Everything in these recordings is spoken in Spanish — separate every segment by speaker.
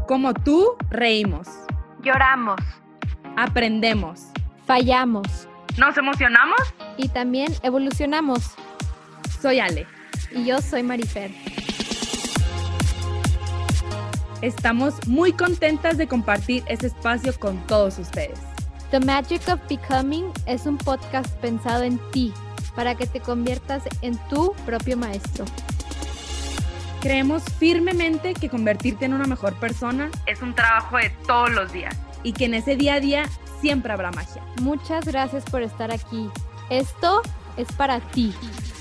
Speaker 1: Como tú, reímos,
Speaker 2: Lloramos.
Speaker 1: aprendemos,
Speaker 3: Fallamos
Speaker 2: Nos emocionamos.
Speaker 3: y también evolucionamos.
Speaker 1: Soy Ale.
Speaker 3: Y yo soy Marifer.
Speaker 1: Estamos muy contentas de compartir este espacio con todos ustedes.
Speaker 3: The Magic of Becoming es un podcast pensado en ti, para que te conviertas en tu propio maestro.
Speaker 1: Creemos firmemente que convertirte en una mejor persona
Speaker 2: Es un trabajo de todos los días.
Speaker 1: y que en ese día a día siempre habrá magia.
Speaker 3: Muchas gracias por estar aquí. Esto es para ti.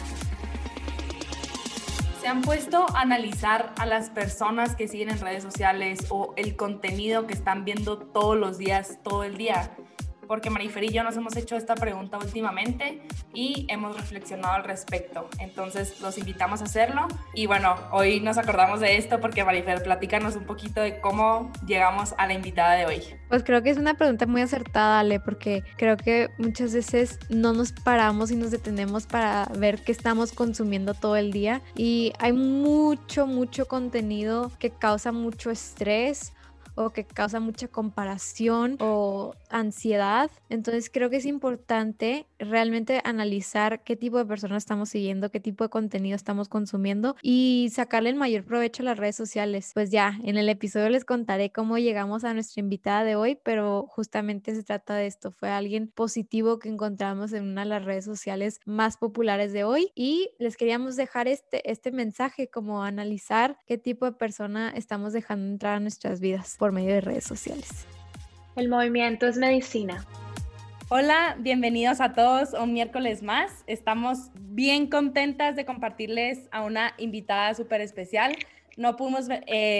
Speaker 1: ¿Se han puesto a analizar a las personas que siguen en redes sociales o el contenido que están viendo todos los días, todo el día? Porque Marifer y yo nos hemos hecho esta pregunta últimamente y hemos reflexionado al respecto. Entonces los invitamos a hacerlo. Y bueno, hoy nos acordamos de esto porque Marifer, platícanos un poquito de cómo llegamos a la invitada de hoy.
Speaker 3: Pues creo que es una pregunta muy acertada, Ale, porque creo que muchas veces no nos paramos y nos detenemos para ver qué estamos consumiendo todo el día. Y hay mucho contenido que causa mucho estrés o que causa mucha comparación o ansiedad. Entonces creo que es importante realmente analizar qué tipo de personas estamos siguiendo, qué tipo de contenido estamos consumiendo y sacarle el mayor provecho a las redes sociales. Pues ya, en el episodio les contaré cómo llegamos a nuestra invitada de hoy, pero justamente se trata de esto. Fue alguien positivo que encontramos en una de las redes sociales más populares de hoy y les queríamos dejar este mensaje, como analizar qué tipo de persona estamos dejando entrar a nuestras vidas por medio de redes sociales.
Speaker 4: El movimiento es medicina.
Speaker 1: Hola, bienvenidos a todos un miércoles más. Estamos bien contentas de compartirles a una invitada súper especial. No pudimos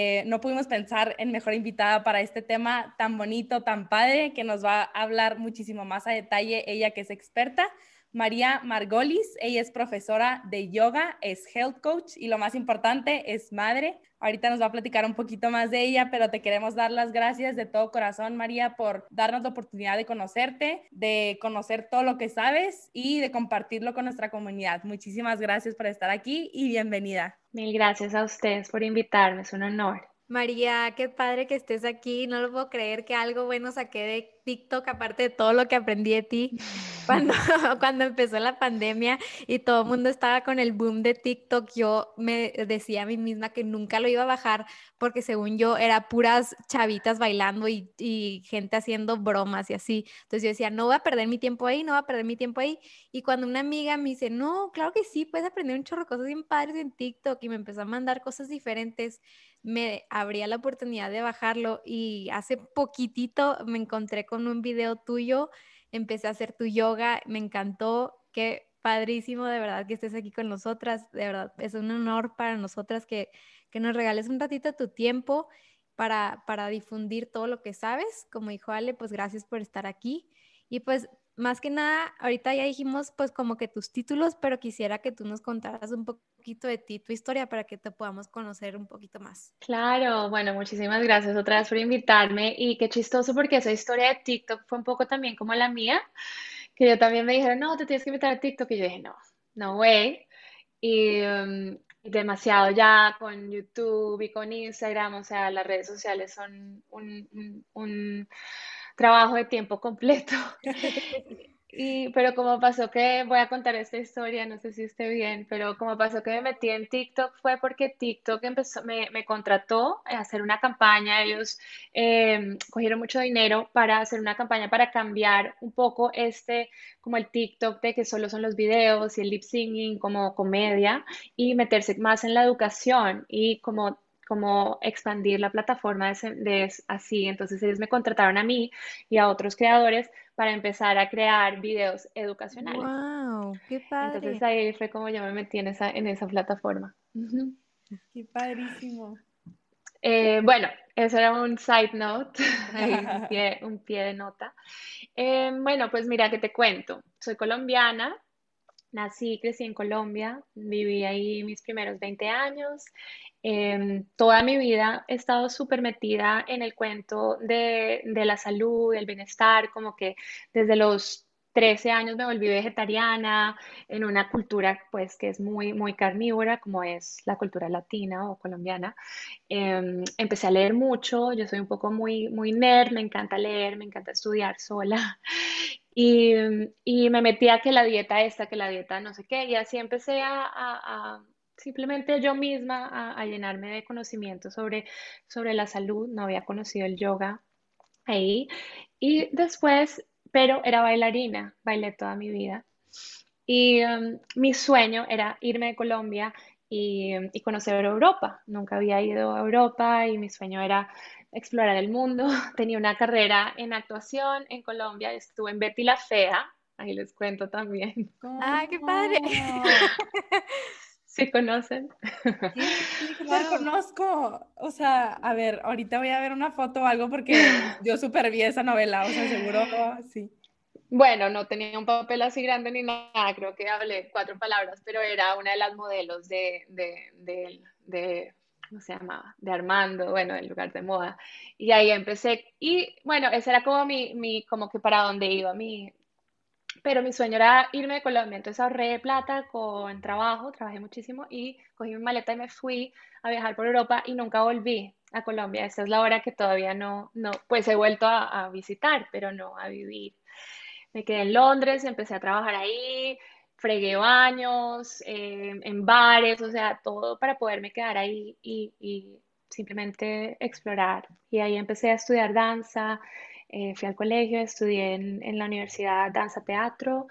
Speaker 1: pensar en mejor invitada para este tema tan bonito, tan padre, que nos va a hablar muchísimo más a detalle ella, que es experta. María Margolis, ella es profesora de yoga, es health coach y lo más importante, es madre. Ahorita nos va a platicar un poquito más de ella, pero te queremos dar las gracias de todo corazón, María, por darnos la oportunidad de conocerte, de conocer todo lo que sabes y de compartirlo con nuestra comunidad. Muchísimas gracias por estar aquí y bienvenida.
Speaker 4: Mil gracias a ustedes por invitarme, es un honor.
Speaker 3: María, qué padre que estés aquí. No lo puedo creer que algo bueno saqué de TikTok, aparte de todo lo que aprendí de ti cuando, cuando empezó la pandemia y todo el mundo estaba con el boom de TikTok. Yo me decía a mí misma que nunca lo iba a bajar porque según yo era puras chavitas bailando y gente haciendo bromas y así. Entonces yo decía, no voy a perder mi tiempo ahí, no voy a perder mi tiempo ahí. Y cuando una amiga me dice, no, claro que sí, puedes aprender un chorro de cosas bien padres en TikTok y me empezó a mandar cosas diferentes, me abría la oportunidad de bajarlo y hace poquitito me encontré con un video tuyo, empecé a hacer tu yoga, me encantó, qué padrísimo de verdad que estés aquí con nosotras, de verdad es un honor para nosotras que nos regales un ratito de tu tiempo para difundir todo lo que sabes. Como dijo Ale, pues gracias por estar aquí y pues más que nada, ahorita ya dijimos pues como que tus títulos, pero quisiera que tú nos contaras un poquito de ti, tu historia, para que te podamos conocer un poquito más.
Speaker 4: Claro, bueno, muchísimas gracias otra vez por invitarme y qué chistoso porque esa historia de TikTok fue un poco también como la mía, que yo también me dijeron, no, te tienes que invitar a TikTok y yo dije, no, no way. Y demasiado ya con YouTube y con Instagram, o sea, las redes sociales son un trabajo de tiempo completo. Pero como pasó que, voy a contar esta historia, no sé si esté bien, pero como pasó que me metí en TikTok fue porque TikTok me contrató a hacer una campaña. Ellos cogieron mucho dinero para hacer una campaña para cambiar un poco como el TikTok de que solo son los videos y el lip syncing como comedia y meterse más en la educación y como expandir la plataforma así. Entonces ellos me contrataron a mí y a otros creadores para empezar a crear videos educacionales.
Speaker 3: ¡Wow! ¡Qué
Speaker 4: Entonces
Speaker 3: padre!
Speaker 4: ahí fue como yo me metí en esa plataforma. Ujú.
Speaker 1: Qué padrísimo.
Speaker 4: Bueno, eso era un side note, ahí un pie de nota. Bueno, pues mira, que te cuento. Soy colombiana, nací, crecí en Colombia, viví ahí mis primeros 20 años. Toda mi vida he estado súper metida en el cuento de la salud, del bienestar, como que desde los 13 años me volví vegetariana en una cultura pues que es muy, muy carnívora, como es la cultura latina o colombiana. Empecé a leer mucho, yo soy un poco muy, muy nerd, me encanta leer, me encanta estudiar sola. Y me metí a que la dieta esta, que la dieta no sé qué, y así empecé a simplemente yo misma a llenarme de conocimiento sobre la salud. No había conocido el yoga ahí. Y después, pero era bailarina, bailé toda mi vida. Y mi sueño era irme de Colombia y conocer Europa. Nunca había ido a Europa y mi sueño era explorar el mundo. Tenía una carrera en actuación en Colombia, estuve en Betty la Fea, ahí les cuento también.
Speaker 3: ¡Ah, qué padre!
Speaker 1: ¿Cómo?
Speaker 4: ¿Sí conocen?
Speaker 1: Sí, sí, súper
Speaker 3: Wow.
Speaker 1: conozco. O sea, a ver, ahorita voy a ver una foto o algo porque yo súper vi esa novela, o sea, seguro, sí.
Speaker 4: Bueno, no tenía un papel así grande ni nada, creo que hablé 4 palabras, pero era una de las modelos ¿cómo se llamaba? De Armando, bueno, del lugar de moda. Y ahí empecé, y bueno, ese era como como que para dónde iba pero mi sueño era irme de Colombia, entonces ahorré plata con trabajo, trabajé muchísimo y cogí mi maleta y me fui a viajar por Europa y nunca volví a Colombia. Esta es la hora que todavía pues he vuelto a visitar, pero no a vivir. Me quedé en Londres, empecé a trabajar ahí, fregué baños, en bares, o sea, todo para poderme quedar ahí y simplemente explorar. Y ahí empecé a estudiar danza, fui al colegio, estudié en la universidad danza teatro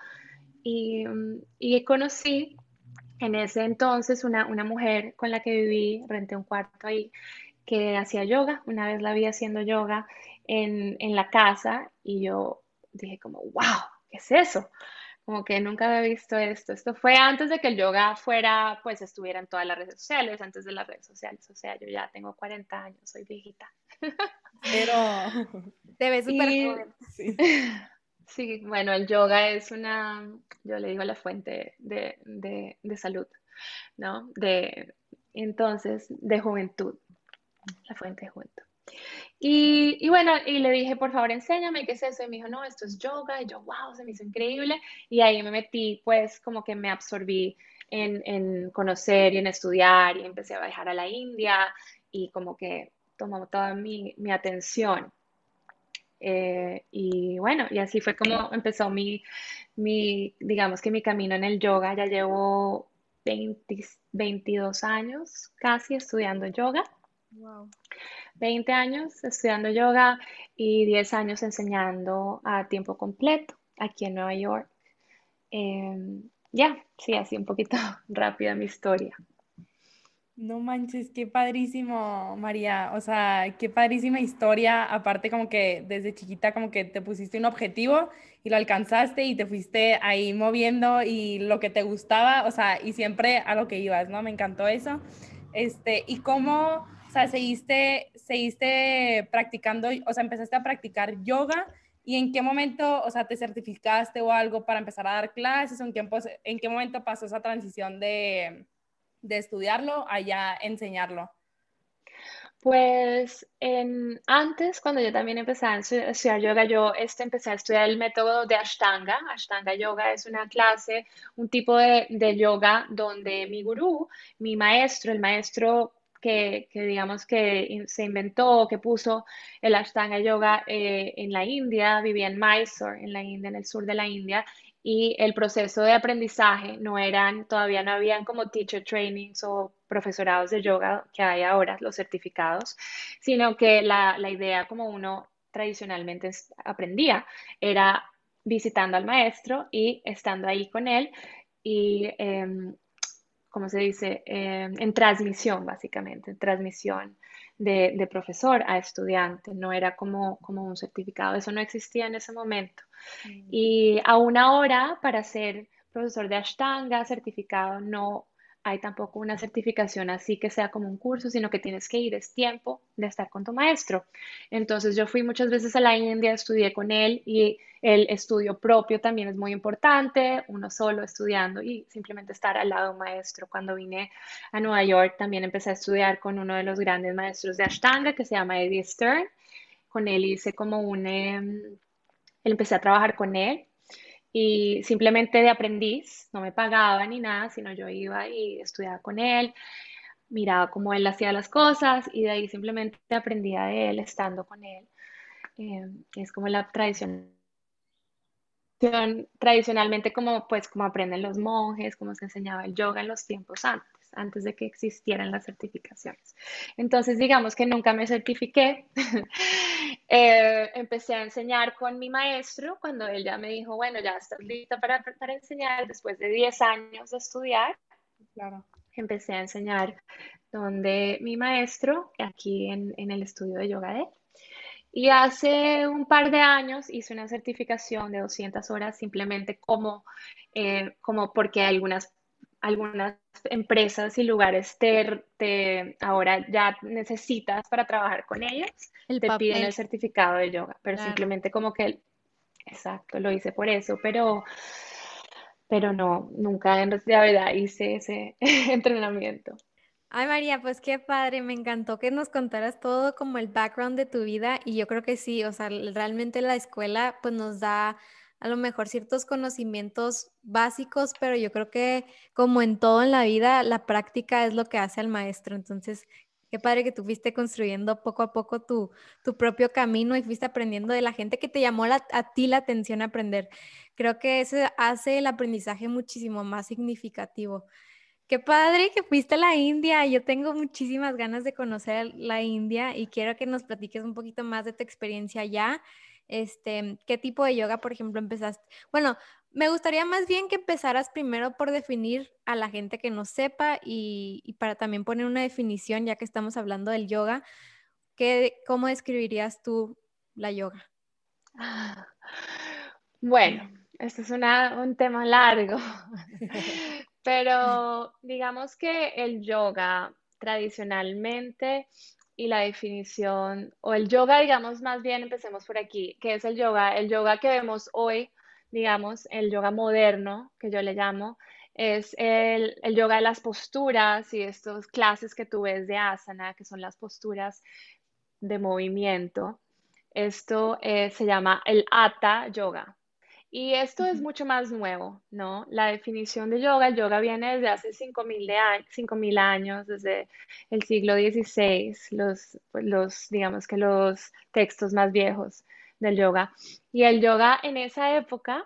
Speaker 4: y conocí en ese entonces una mujer con la que viví, renté un cuarto ahí, que hacía yoga. Una vez la vi haciendo yoga en la casa y yo dije como, wow, ¿qué es eso? Como que nunca había visto esto. Esto fue antes de que el yoga fuera, pues estuviera en todas las redes sociales, antes de las redes sociales. O sea, yo ya tengo 40 años, soy viejita.
Speaker 1: Pero,
Speaker 3: Te ves súper
Speaker 4: Y
Speaker 3: joven.
Speaker 1: sí.
Speaker 4: sí, bueno, el yoga es yo le digo la fuente de salud, ¿no? Entonces, de juventud, la fuente de juventud. Y bueno, y le dije, por favor, enséñame qué es eso. Y me dijo, no, esto es yoga. Y yo, wow, se me hizo increíble. Y ahí me metí, pues, como que me absorbí en conocer y en estudiar. Y empecé a viajar a la India y como que tomó toda mi atención. Y bueno, y así fue como empezó digamos que mi camino en el yoga. Ya llevo 22 años casi estudiando yoga.
Speaker 3: Wow.
Speaker 4: 20 años estudiando yoga y 10 años enseñando a tiempo completo aquí en Nueva York. Ya, sí, así un poquito rápida mi historia.
Speaker 1: No manches, qué padrísimo, María. O sea, qué padrísima historia. Aparte, como que desde chiquita, como que te pusiste un objetivo y lo alcanzaste y te fuiste ahí moviendo y lo que te gustaba, o sea, y siempre a lo que ibas, ¿no? Me encantó eso. Y cómo, o sea, seguiste practicando, o sea, empezaste a practicar yoga y en qué momento, o sea, te certificaste o algo para empezar a dar clases o en qué momento pasó esa transición de estudiarlo a ya enseñarlo.
Speaker 4: Pues antes, cuando yo también empecé a estudiar yoga, yo empecé a estudiar el método de Ashtanga. Ashtanga Yoga es una clase, un tipo de yoga donde mi gurú, mi maestro, el maestro que digamos que se inventó, que puso el Ashtanga Yoga en la India, vivía en Mysore, en la India, en el sur de la India, y el proceso de aprendizaje todavía no habían como teacher trainings o profesorados de yoga que hay ahora, los certificados, sino que la idea como uno tradicionalmente aprendía era visitando al maestro y estando ahí con él y, ¿cómo se dice? En transmisión, básicamente, en transmisión de profesor a estudiante, no era como un certificado, eso no existía en ese momento.
Speaker 1: Mm.
Speaker 4: Y aún ahora, para ser profesor de Ashtanga certificado, no hay tampoco una certificación así que sea como un curso, sino que tienes que ir, es tiempo de estar con tu maestro. Entonces yo fui muchas veces a la India, estudié con él y el estudio propio también es muy importante, uno solo estudiando y simplemente estar al lado de un maestro. Cuando vine a Nueva York también empecé a estudiar con uno de los grandes maestros de Ashtanga que se llama Eddie Stern. Con él hice como empecé a trabajar con él y simplemente de aprendiz, no me pagaba ni nada, sino yo iba y estudiaba con él, miraba cómo él hacía las cosas y de ahí simplemente aprendía de él estando con él. Es como la tradicionalmente como pues como aprenden los monjes, como se enseñaba el yoga en los tiempos antes de que existieran las certificaciones. Entonces, digamos que nunca me certifiqué. Empecé a enseñar con mi maestro cuando él ya me dijo, bueno, ya estás lista para enseñar. Después de 10 años de estudiar,
Speaker 1: Claro.
Speaker 4: empecé a enseñar donde mi maestro, aquí en el estudio de yoga de él. Y hace un par de años hice una certificación de 200 horas simplemente como porque algunas empresas y lugares ahora ya necesitas para trabajar con ellas,
Speaker 3: El
Speaker 4: te piden
Speaker 3: papel,
Speaker 4: el certificado de yoga, pero
Speaker 3: claro.
Speaker 4: simplemente como que, exacto, lo hice por eso, pero no, nunca en realidad hice ese entrenamiento.
Speaker 3: Ay, María, pues qué padre, me encantó que nos contaras todo como el background de tu vida y yo creo que sí, o sea, realmente la escuela pues nos da a lo mejor ciertos conocimientos básicos, pero yo creo que como en todo en la vida, la práctica es lo que hace al maestro. Entonces, qué padre que tú fuiste construyendo poco a poco tu propio camino y fuiste aprendiendo de la gente que te llamó a ti la atención a aprender. Creo que eso hace el aprendizaje muchísimo más significativo. Qué padre que fuiste a la India. Yo tengo muchísimas ganas de conocer la India y quiero que nos platiques un poquito más de tu experiencia allá. ¿Qué tipo de yoga, por ejemplo, empezaste? Bueno, me gustaría más bien que empezaras primero por definir a la gente que no sepa y para también poner una definición, ya que estamos hablando del yoga, ¿cómo describirías tú la yoga?
Speaker 4: Bueno, este es un tema largo, pero digamos que el yoga tradicionalmente y la definición, o el yoga, digamos más bien, empecemos por aquí, ¿qué es el yoga? El yoga que vemos hoy, digamos, el yoga moderno, que yo le llamo, es el yoga de las posturas y estas clases que tú ves de asana, que son las posturas de movimiento. Esto se llama el Hatha Yoga. Y esto es
Speaker 3: Ujú.
Speaker 4: mucho más nuevo, ¿no? La definición de yoga, el yoga viene desde hace 5.000 años, desde el siglo XVI, digamos que los textos más viejos del yoga. Y el yoga en esa época,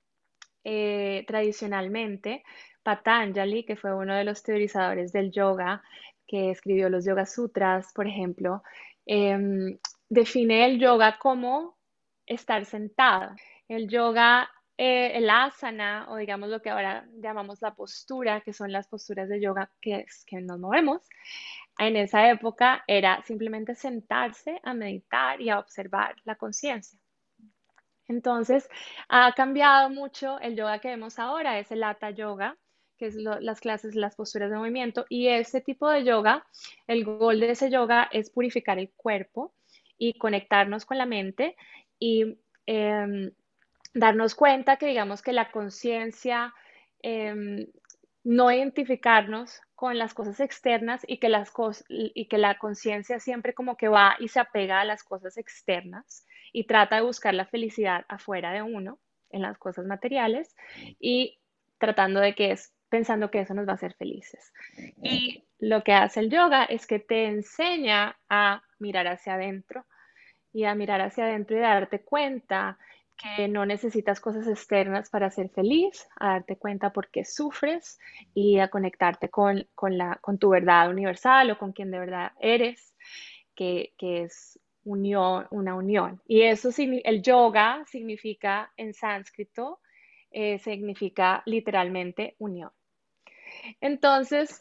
Speaker 4: tradicionalmente, Patanjali, que fue uno de los teorizadores del yoga, que escribió los Yoga Sutras, por ejemplo, em, define el yoga como estar sentado. El yoga, el asana, o digamos lo que ahora llamamos la postura, que son las posturas de yoga que nos movemos, en esa época era simplemente sentarse a meditar y a observar la conciencia. Entonces, ha cambiado mucho el yoga que vemos ahora, es el Hatha Yoga, que es las clases, las posturas de movimiento, y ese tipo de yoga, el gol de ese yoga es purificar el cuerpo y conectarnos con la mente y em, darnos cuenta que digamos que la conciencia, em, no identificarnos con las cosas externas y que la conciencia siempre como que va y se apega a las cosas externas y trata de buscar la felicidad afuera de uno, en las cosas materiales y tratando pensando que eso nos va a hacer felices. Y lo que hace el yoga es que te enseña a mirar hacia adentro y a mirar hacia adentro y darte cuenta que no necesitas cosas externas para ser feliz, a darte cuenta por qué sufres y a conectarte con tu verdad universal o con quien de verdad eres, que es una unión. Y el yoga significa en sánscrito, significa literalmente unión. Entonces,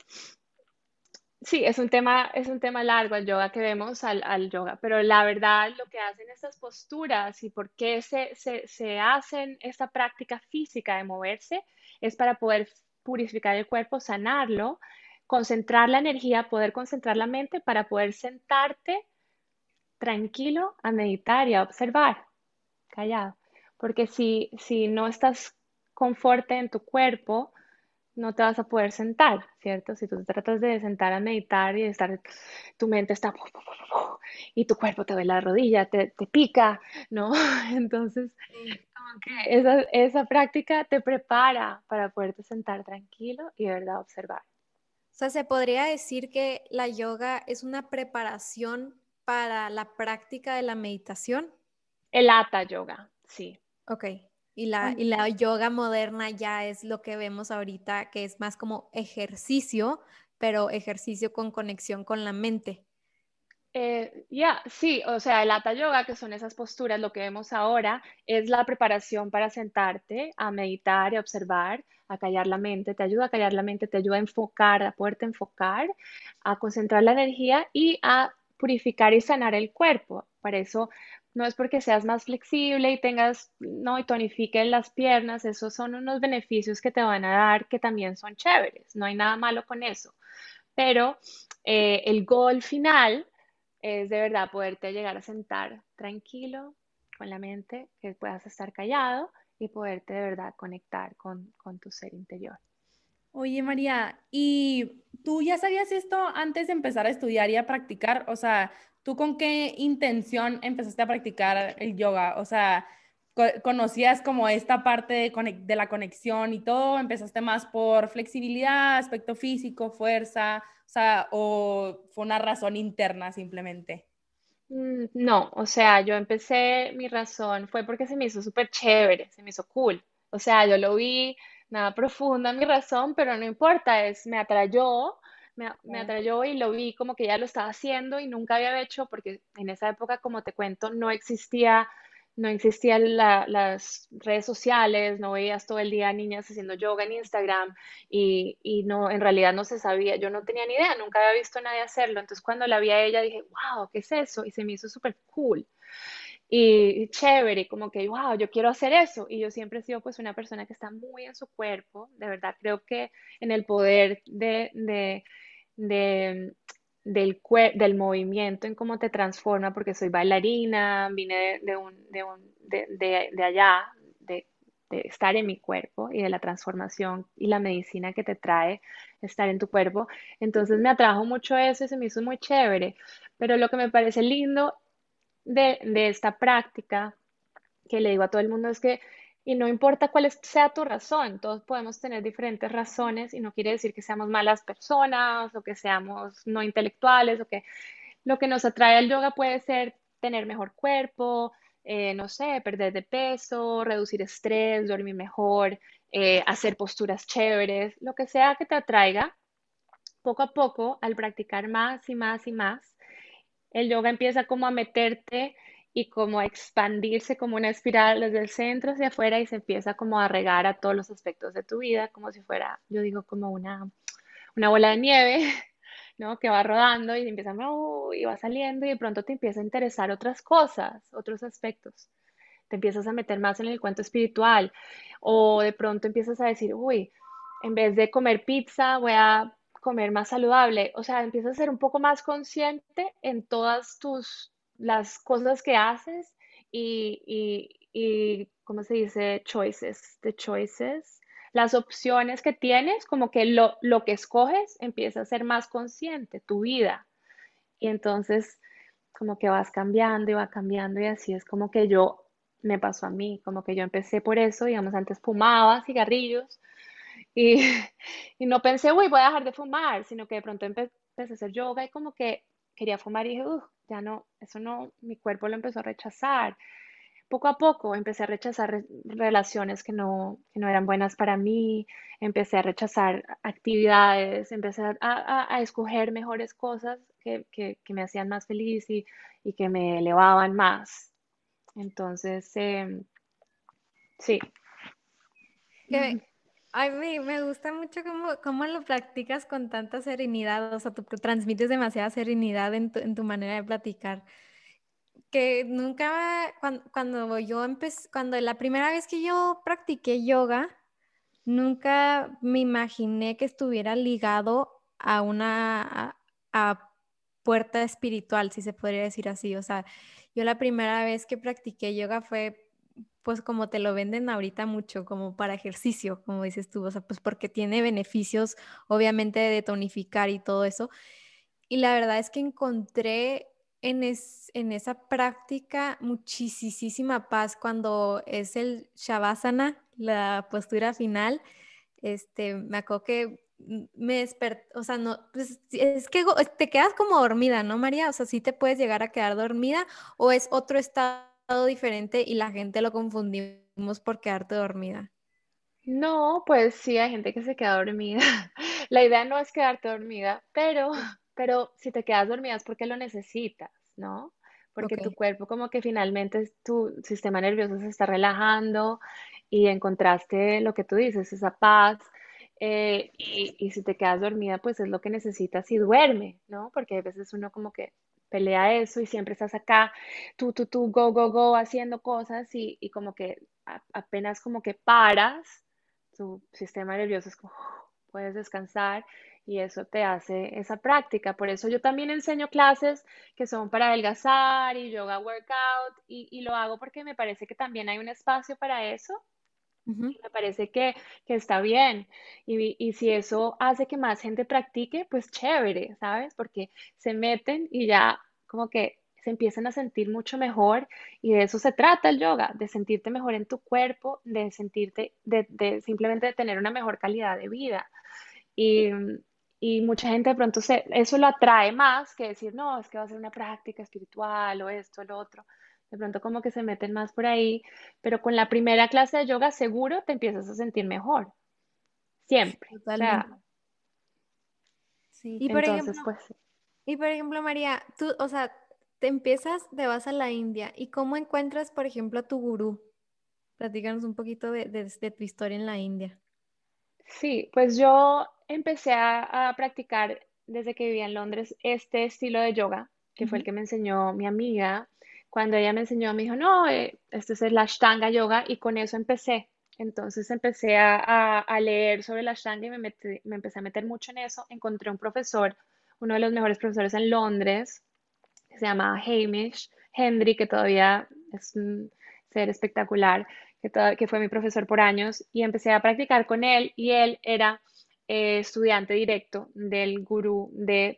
Speaker 4: sí, es un tema largo el yoga que vemos al yoga, pero la verdad lo que hacen estas posturas y por qué se hacen esta práctica física de moverse es para poder purificar el cuerpo, sanarlo, concentrar la energía, poder concentrar la mente para poder sentarte tranquilo a meditar y a observar, callado. Porque si no estás conforte en tu cuerpo, no te vas a poder sentar, ¿cierto? Si tú te tratas de sentar a meditar y de estar, tu mente está y tu cuerpo te duele la rodilla, te pica, ¿no? Entonces,
Speaker 3: Sí.
Speaker 4: como que esa práctica te prepara para poderte sentar tranquilo y de verdad observar.
Speaker 3: O sea, se podría decir que la yoga es una preparación para la práctica de la meditación.
Speaker 4: El Hatha Yoga, sí.
Speaker 3: Ok. Y la yoga moderna ya es lo que vemos ahorita, que es más como ejercicio, pero ejercicio con conexión con la mente.
Speaker 4: Sí, o sea, el Hatha Yoga, que son esas posturas, lo que vemos ahora, es la preparación para sentarte a meditar y observar, a callar la mente, te ayuda a callar la mente, te ayuda a enfocar, a poderte enfocar, a concentrar la energía y a purificar y sanar el cuerpo. Para eso no es porque seas más flexible y tengas, no, y tonifiquen las piernas, esos son unos beneficios que te van a dar que también son chéveres, no hay nada malo con eso, pero el gol final es de verdad poderte llegar a sentar tranquilo con la mente, que puedas estar callado y poderte de verdad conectar con tu ser interior.
Speaker 1: Oye, María, ¿y tú ya sabías esto antes de empezar a estudiar y a practicar? O sea, ¿tú con qué intención empezaste a practicar el yoga? O sea, ¿conocías como esta parte de la conexión y todo? ¿Empezaste más por flexibilidad, aspecto físico, fuerza? O sea, ¿o fue una razón interna simplemente?
Speaker 4: No, o sea, yo empecé, mi razón fue porque se me hizo súper chévere, se me hizo cool. O sea, yo lo vi, nada profunda mi razón, pero no importa, me atrayó, me
Speaker 1: Claro.
Speaker 4: atrayó y lo vi como que ya lo estaba haciendo y nunca había hecho, porque en esa época, como te cuento, no existían las redes sociales, no veías todo el día niñas haciendo yoga en Instagram y no, en realidad no se sabía, yo no tenía ni idea, nunca había visto a nadie hacerlo, entonces cuando la vi a ella dije, wow, ¿qué es eso? Y se me hizo súper cool y chévere, y como que, wow, yo quiero hacer eso, y yo siempre he sido pues una persona que está muy en su cuerpo, de verdad creo que en el poder de- del movimiento, en cómo te transforma, porque soy bailarina, vine de allá, de, de estar en mi cuerpo y de la transformación y la medicina que te trae estar en tu cuerpo. Entonces me atrajo mucho eso y se me hizo muy chévere. Pero lo que me parece lindo de esta práctica que le digo a todo el mundo es que, y no importa sea tu razón, todos podemos tener diferentes razones y no quiere decir que seamos malas personas o que seamos no intelectuales o que lo que nos atrae al yoga puede ser tener mejor cuerpo, no sé, perder de peso, reducir estrés, dormir mejor, hacer posturas chéveres, lo que sea que te atraiga, poco a poco, al practicar más y más y más, el yoga empieza como a meterte y como a expandirse como una espiral desde el centro hacia afuera y se empieza como a regar a todos los aspectos de tu vida, como si fuera, yo digo, como una bola de nieve, ¿no? Que va rodando y empieza, y va saliendo y de pronto te empieza a interesar otras cosas, otros aspectos. Te empiezas a meter más en el cuento espiritual o de pronto empiezas a decir, uy, en vez de comer pizza, voy a comer más saludable. O sea, empiezas a ser un poco más consciente en todas las cosas que haces y ¿cómo se dice? The choices, las opciones que tienes, como que lo que escoges empieza a ser más consciente, tu vida. Y entonces como que vas cambiando y va cambiando y así es como que me pasó a mí, como que yo empecé por eso, digamos, antes fumaba cigarrillos y, y no pensé, uy, voy a dejar de fumar, sino que de pronto empecé a hacer yoga y como que quería fumar y dije, ya no, eso no, mi cuerpo lo empezó a rechazar. Poco a poco empecé a rechazar relaciones que no eran buenas para mí, empecé a rechazar actividades, empecé a escoger mejores cosas que me hacían más feliz y que me elevaban más. Entonces, sí.
Speaker 3: Que a mí me gusta mucho cómo lo practicas con tanta serenidad, o sea, tú transmites demasiada serenidad en tu manera de platicar. Que nunca, cuando la primera vez que yo practiqué yoga, nunca me imaginé que estuviera ligado a puerta espiritual, si se podría decir así. O sea, yo la primera vez que practiqué yoga fue, pues como te lo venden ahorita mucho, como para ejercicio, como dices tú, o sea, pues porque tiene beneficios, obviamente, de tonificar y todo eso. Y la verdad es que encontré en esa práctica muchísima paz cuando es el Shavasana, la postura final. Me acuerdo que me desperté, o sea, no, pues es que te quedas como dormida, ¿no, María? O sea, sí te puedes llegar a quedar dormida o es otro estado diferente y la gente lo confundimos por quedarte dormida.
Speaker 4: No, pues sí, hay gente que se queda dormida. La idea no es quedarte dormida, pero si te quedas dormida es porque lo necesitas, ¿no? Porque
Speaker 3: Ok.
Speaker 4: tu cuerpo como que finalmente tu sistema nervioso se está relajando y encontraste lo que tú dices, esa paz. Y si te quedas dormida, pues es lo que necesitas y duerme, ¿no? Porque a veces uno como que pelea eso y siempre estás acá, tú, go, haciendo cosas y como que apenas como que paras tu sistema nervioso es como, puedes descansar y eso te hace esa práctica. Por eso yo también enseño clases que son para adelgazar y yoga workout y lo hago porque me parece que también hay un espacio para eso.
Speaker 3: Ujú.
Speaker 4: Y me parece que está bien. Y si eso hace que más gente practique, pues chévere, ¿sabes? Porque se meten y ya como que se empiezan a sentir mucho mejor y de eso se trata el yoga, de sentirte mejor en tu cuerpo, de sentirte, de simplemente de tener una mejor calidad de vida. Y, y mucha gente de pronto eso lo atrae más que decir, no, es que va a ser una práctica espiritual o esto, lo otro. De pronto como que se meten más por ahí, pero con la primera clase de yoga seguro te empiezas a sentir mejor, siempre. O
Speaker 3: Totalmente.
Speaker 4: sea,
Speaker 1: Sí.
Speaker 3: Y por
Speaker 4: entonces
Speaker 3: ejemplo,
Speaker 4: pues
Speaker 3: Y por ejemplo, María, tú, o sea, te vas a la India. ¿Y cómo encuentras, por ejemplo, a tu gurú? Platícanos un poquito de tu historia en la India.
Speaker 4: sí, pues yo empecé a practicar desde que vivía en Londres este estilo de yoga, que fue el
Speaker 3: Ujú.
Speaker 4: que me enseñó mi amiga. Cuando ella me enseñó, me dijo, no, este es el Ashtanga Yoga y con eso empecé. Entonces empecé a leer sobre el Ashtanga y me empecé a meter mucho en eso. Encontré un profesor, uno de los mejores profesores en Londres, que se llama Hamish Hendry, que todavía es un ser espectacular, que fue mi profesor por años, y empecé a practicar con él, y él era estudiante directo del gurú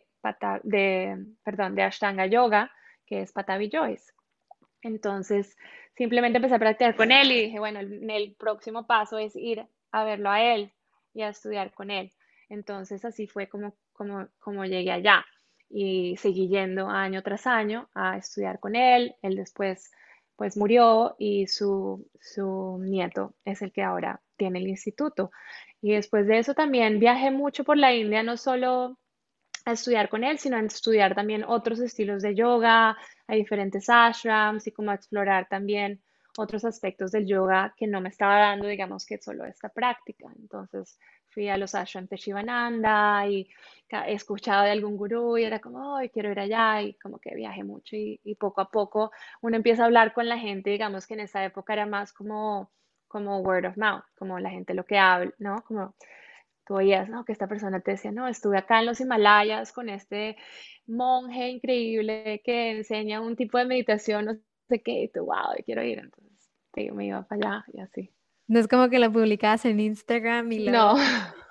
Speaker 4: de Ashtanga Yoga, que es Patavi Joyce. Entonces, simplemente empecé a practicar con él y dije, bueno, el próximo paso es ir a verlo a él y a estudiar con él. Entonces, así fue como llegué allá y seguí yendo año tras año a estudiar con él. Él después, pues, murió y su nieto es el que ahora tiene el instituto. Y después de eso también viajé mucho por la India, no solo a estudiar con él, sino a estudiar también otros estilos de yoga, a diferentes ashrams y como a explorar también otros aspectos del yoga que no me estaba dando, digamos que solo esta práctica. Entonces fui a los ashrams de Shivananda y he escuchado de algún gurú y era como, hoy quiero ir allá y como que viajé mucho y poco a poco uno empieza a hablar con la gente, digamos que en esa época era más como word of mouth, como la gente lo que habla, ¿no? Como tú oías, ¿no? Que esta persona te decía, no, estuve acá en los Himalayas con este monje increíble que enseña un tipo de meditación, no sé qué, y tú, wow, yo quiero ir. Entonces, sí, yo me iba para allá y así.
Speaker 3: No es como que lo publicabas en Instagram y luego
Speaker 4: No,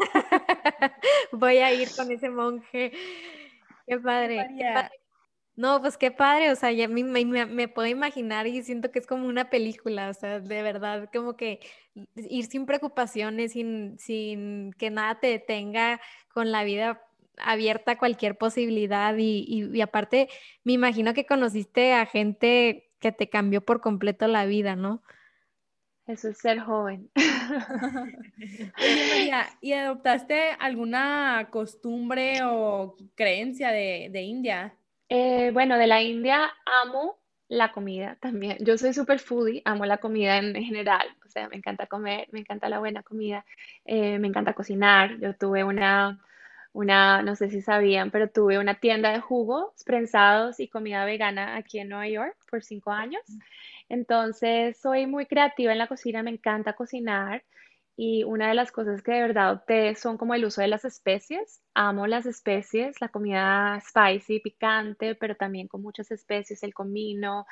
Speaker 3: voy a ir con ese monje. Qué
Speaker 1: Oye,
Speaker 3: padre, qué padre.
Speaker 1: María,
Speaker 3: No, pues qué padre, o sea, ya me puedo imaginar y siento que es como una película, o sea, de verdad, como que ir sin preocupaciones, sin que nada te detenga, con la vida abierta a cualquier posibilidad y aparte, me imagino que conociste a gente que te cambió por completo la vida, ¿no?
Speaker 4: eso es ser joven.
Speaker 1: Oye, María, ¿y adoptaste alguna costumbre o creencia de India?
Speaker 4: Bueno, de la India amo la comida también. Yo soy super foodie, amo la comida en general. O sea, me encanta comer, me encanta la buena comida, me encanta cocinar. Yo tuve no sé si sabían, pero tuve una tienda de jugos prensados y comida vegana aquí en Nueva York por 5 años. Entonces, soy muy creativa en la cocina, me encanta cocinar. Y una de las cosas que de verdad opté son como el uso de las especies. Amo las especies, la comida spicy, picante, pero también con muchas especies, el comino,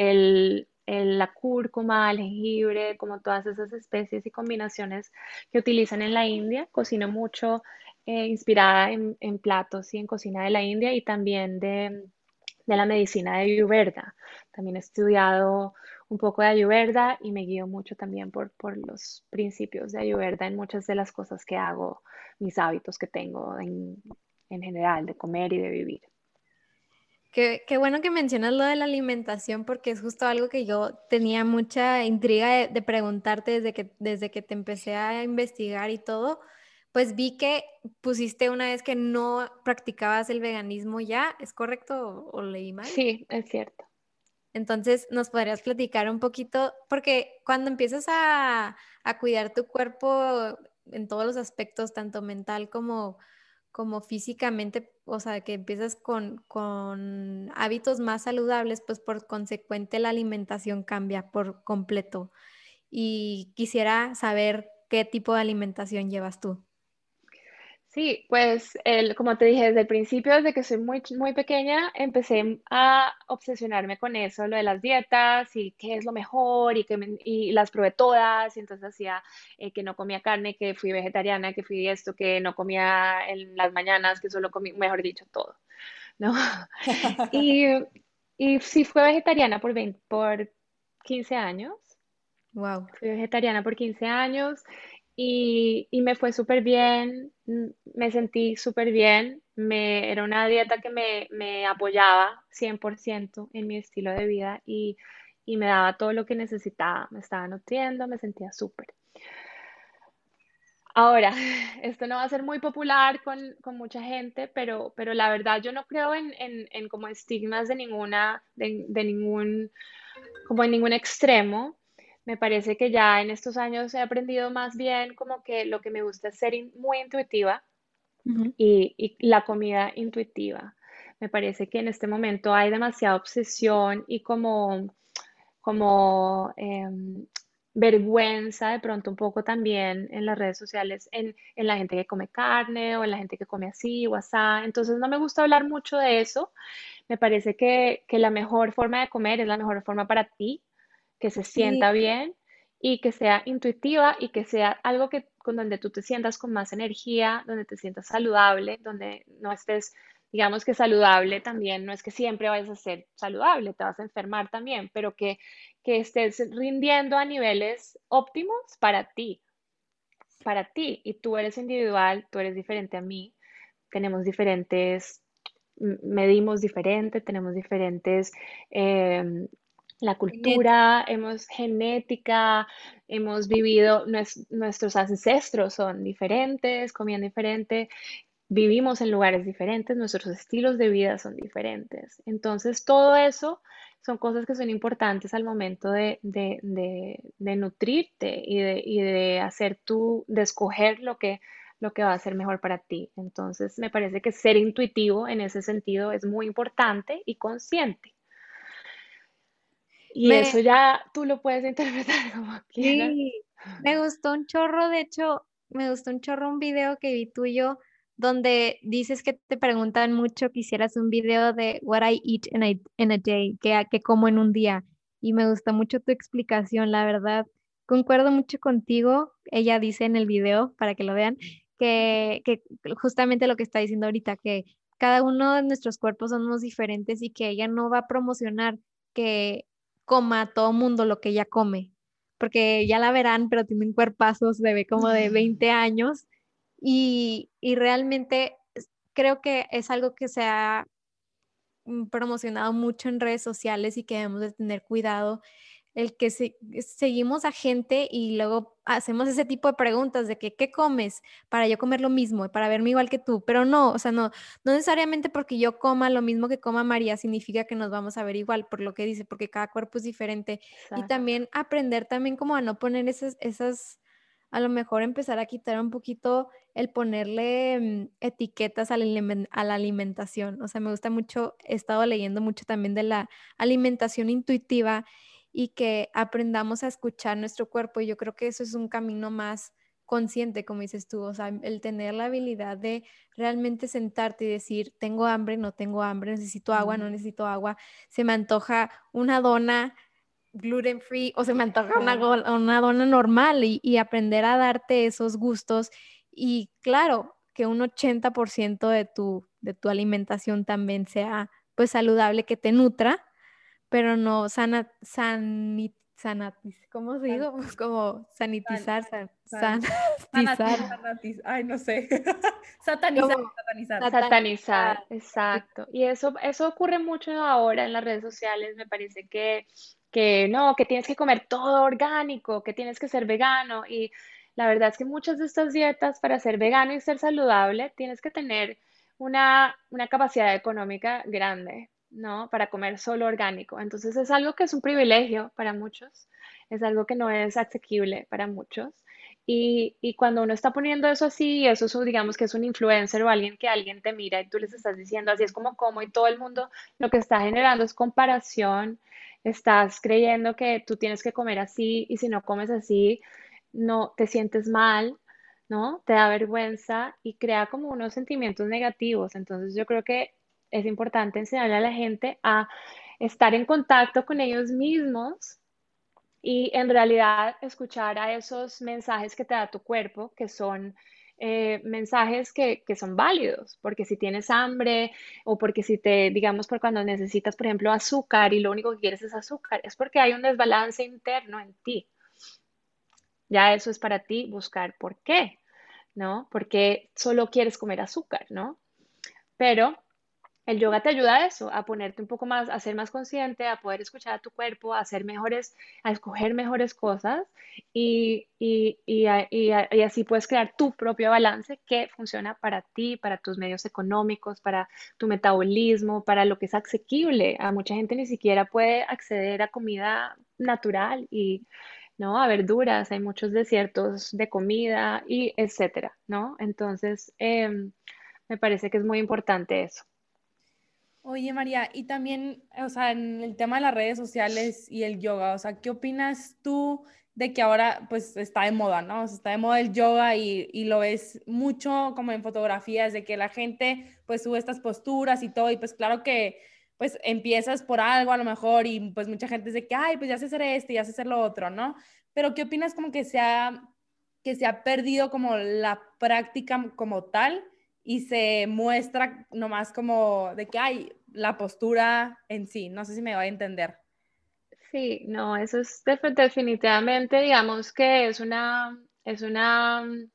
Speaker 4: la cúrcuma, el jengibre, como todas esas especies y combinaciones que utilizan en la India. Cocino mucho inspirada en platos y en cocina de la India y también de la medicina de Ayurveda. También he estudiado un poco de Ayurveda y me guío mucho también por los principios de Ayurveda en muchas de las cosas que hago, mis hábitos que tengo en general, de comer y de vivir.
Speaker 3: Qué bueno que mencionas lo de la alimentación porque es justo algo que yo tenía mucha intriga de preguntarte desde que te empecé a investigar y todo. Pues vi que pusiste una vez que no practicabas el veganismo ya, ¿es correcto o leí mal?
Speaker 4: Sí, es cierto.
Speaker 3: Entonces, ¿nos podrías platicar un poquito? Porque cuando empiezas a cuidar tu cuerpo en todos los aspectos, tanto mental como físicamente, o sea, que empiezas con hábitos más saludables, pues por consecuente la alimentación cambia por completo. Y quisiera saber qué tipo de alimentación llevas tú.
Speaker 4: Sí, pues como te dije desde el principio, desde que soy muy pequeña, empecé a obsesionarme con eso, lo de las dietas y qué es lo mejor y las probé todas y entonces hacía que no comía carne, que fui vegetariana, que fui esto, que no comía en las mañanas, que solo comí, mejor dicho, todo, ¿no? Y, y sí fui vegetariana por 15 años.
Speaker 3: Wow.
Speaker 4: Fui vegetariana por 15 años y me fue súper bien, me sentí súper bien. Era una dieta que me apoyaba 100% en mi estilo de vida y me daba todo lo que necesitaba. Me estaba nutriendo, me sentía súper. Ahora, esto no va a ser muy popular con mucha gente, pero la verdad yo no creo en como estigmas de ningún como en ningún extremo. Me parece que ya en estos años he aprendido más bien como que lo que me gusta es ser muy intuitiva y la comida intuitiva. Me parece que en este momento hay demasiada obsesión y como vergüenza de pronto un poco también en las redes sociales en la gente que come carne o en la gente que come así o asá. Entonces no me gusta hablar mucho de eso. Me parece que la mejor forma de comer es la mejor forma para ti, que se
Speaker 3: Sí,
Speaker 4: sienta bien y que sea intuitiva y que sea algo con donde tú te sientas con más energía, donde te sientas saludable, donde no estés, digamos que saludable también, no es que siempre vayas a ser saludable, te vas a enfermar también, pero que estés rindiendo a niveles óptimos para ti, y tú eres individual, tú eres diferente a mí, tenemos diferentes medimos diferente, tenemos diferentes, eh, la
Speaker 3: genética.
Speaker 4: cultura, hemos genética, hemos vivido, nuestros ancestros son diferentes, comían diferente, vivimos en lugares diferentes, nuestros estilos de vida son diferentes. Entonces, todo eso son cosas que son importantes al momento de nutrirte y de hacer de escoger lo que va a ser mejor para ti. Entonces, me parece que ser intuitivo en ese sentido es muy importante y consciente. Y
Speaker 3: Me,
Speaker 4: eso ya tú lo puedes interpretar como quieras.
Speaker 3: Sí, me gustó un chorro, de hecho, me gustó un chorro un video que vi tuyo donde dices que te preguntan mucho que hicieras un video de what I eat in a day, que como en un día. Y me gustó mucho tu explicación, la verdad. Concuerdo mucho contigo. Ella dice en el video, para que lo vean, que justamente lo que está diciendo ahorita, que cada uno de nuestros cuerpos somos diferentes y que ella no va a promocionar que coma todo mundo lo que ella come porque ya la verán, pero tiene un cuerpazo, se ve como de 20 años y realmente creo que es algo que se ha promocionado mucho en redes sociales y que debemos de tener cuidado el que seguimos a gente y luego hacemos ese tipo de preguntas de que, ¿qué comes? Para yo comer lo mismo, para verme igual que tú, pero no, o sea, no necesariamente porque yo coma lo mismo que coma María significa que nos vamos a ver igual, por lo que dice, porque cada cuerpo es diferente y
Speaker 4: Exacto.
Speaker 3: también aprender también como a no poner a lo mejor empezar a quitar un poquito el ponerle etiquetas a la alimentación, o sea, me gusta mucho, he estado leyendo mucho también de la alimentación intuitiva y que aprendamos a escuchar nuestro cuerpo. Y yo creo que eso es un camino más consciente, como dices tú, o sea, el tener la habilidad de realmente sentarte y decir, tengo hambre, no tengo hambre, necesito agua, no
Speaker 4: Mm,
Speaker 3: necesito agua, se me antoja una dona gluten free o se me antoja
Speaker 4: claro.
Speaker 3: una dona normal y aprender a darte esos gustos y claro, que un 80% de tu alimentación también sea pues saludable que te nutra, pero no ¿cómo se digo? Pues como
Speaker 1: San-
Speaker 3: sanitizar,
Speaker 1: san-
Speaker 3: sanitizar,
Speaker 1: Ay, no sé. Satanizar,
Speaker 3: como
Speaker 1: satanizar.
Speaker 3: satanizar.
Speaker 4: Satanizar, exacto. Y eso ocurre mucho ahora en las redes sociales. Me parece que no, que tienes que comer todo orgánico, que tienes que ser vegano. Y la verdad es que muchas de estas dietas para ser vegano y ser saludable, tienes que tener una capacidad económica grande, ¿no? Para comer solo orgánico. Entonces es algo que es un privilegio para muchos, es algo que no es asequible para muchos. Y cuando uno está poniendo eso así, eso es, digamos que es un influencer o alguien que alguien te mira y tú les estás diciendo así es como y todo el mundo lo que está generando es comparación, estás creyendo que tú tienes que comer así y si no comes así, no te sientes mal, ¿no? Te da vergüenza y crea como unos sentimientos negativos. Entonces yo creo que es importante enseñarle a la gente a estar en contacto con ellos mismos y en realidad escuchar a esos mensajes que te da tu cuerpo, que son mensajes que son válidos, porque si tienes hambre o porque si te, digamos, por cuando necesitas, por ejemplo, azúcar y lo único que quieres es azúcar, es porque hay un desbalance interno en ti. Ya eso es para ti buscar por qué, ¿no? Porque solo quieres comer azúcar, ¿no? Pero el yoga te ayuda a eso, a ponerte un poco más, a ser más consciente, a poder escuchar a tu cuerpo, a hacer mejores, a escoger mejores cosas y así puedes crear tu propio balance que funciona para ti, para tus medios económicos, para tu metabolismo, para lo que es asequible. A mucha gente ni siquiera puede acceder a comida natural y, ¿no? A verduras, hay muchos desiertos de comida y etcétera, ¿no? Entonces, me parece que es muy importante eso.
Speaker 1: Oye, María, y también, o sea, en el tema de las redes sociales y el yoga, o sea, ¿qué opinas tú de que ahora, pues, está de moda, ¿no? O sea, está de moda el yoga y lo ves mucho como en fotografías, de que la gente, pues, sube estas posturas y todo, y pues, claro que, pues, empiezas por algo a lo mejor y, pues, mucha gente es de que, ay, pues, ya sé hacer esto, ya sé hacer lo otro, ¿no? Pero, ¿qué opinas como que se ha perdido como la práctica como tal? Y se muestra nomás como de que hay la postura en sí. No sé si me va a entender.
Speaker 4: Sí, no, eso es definitivamente, digamos que es una,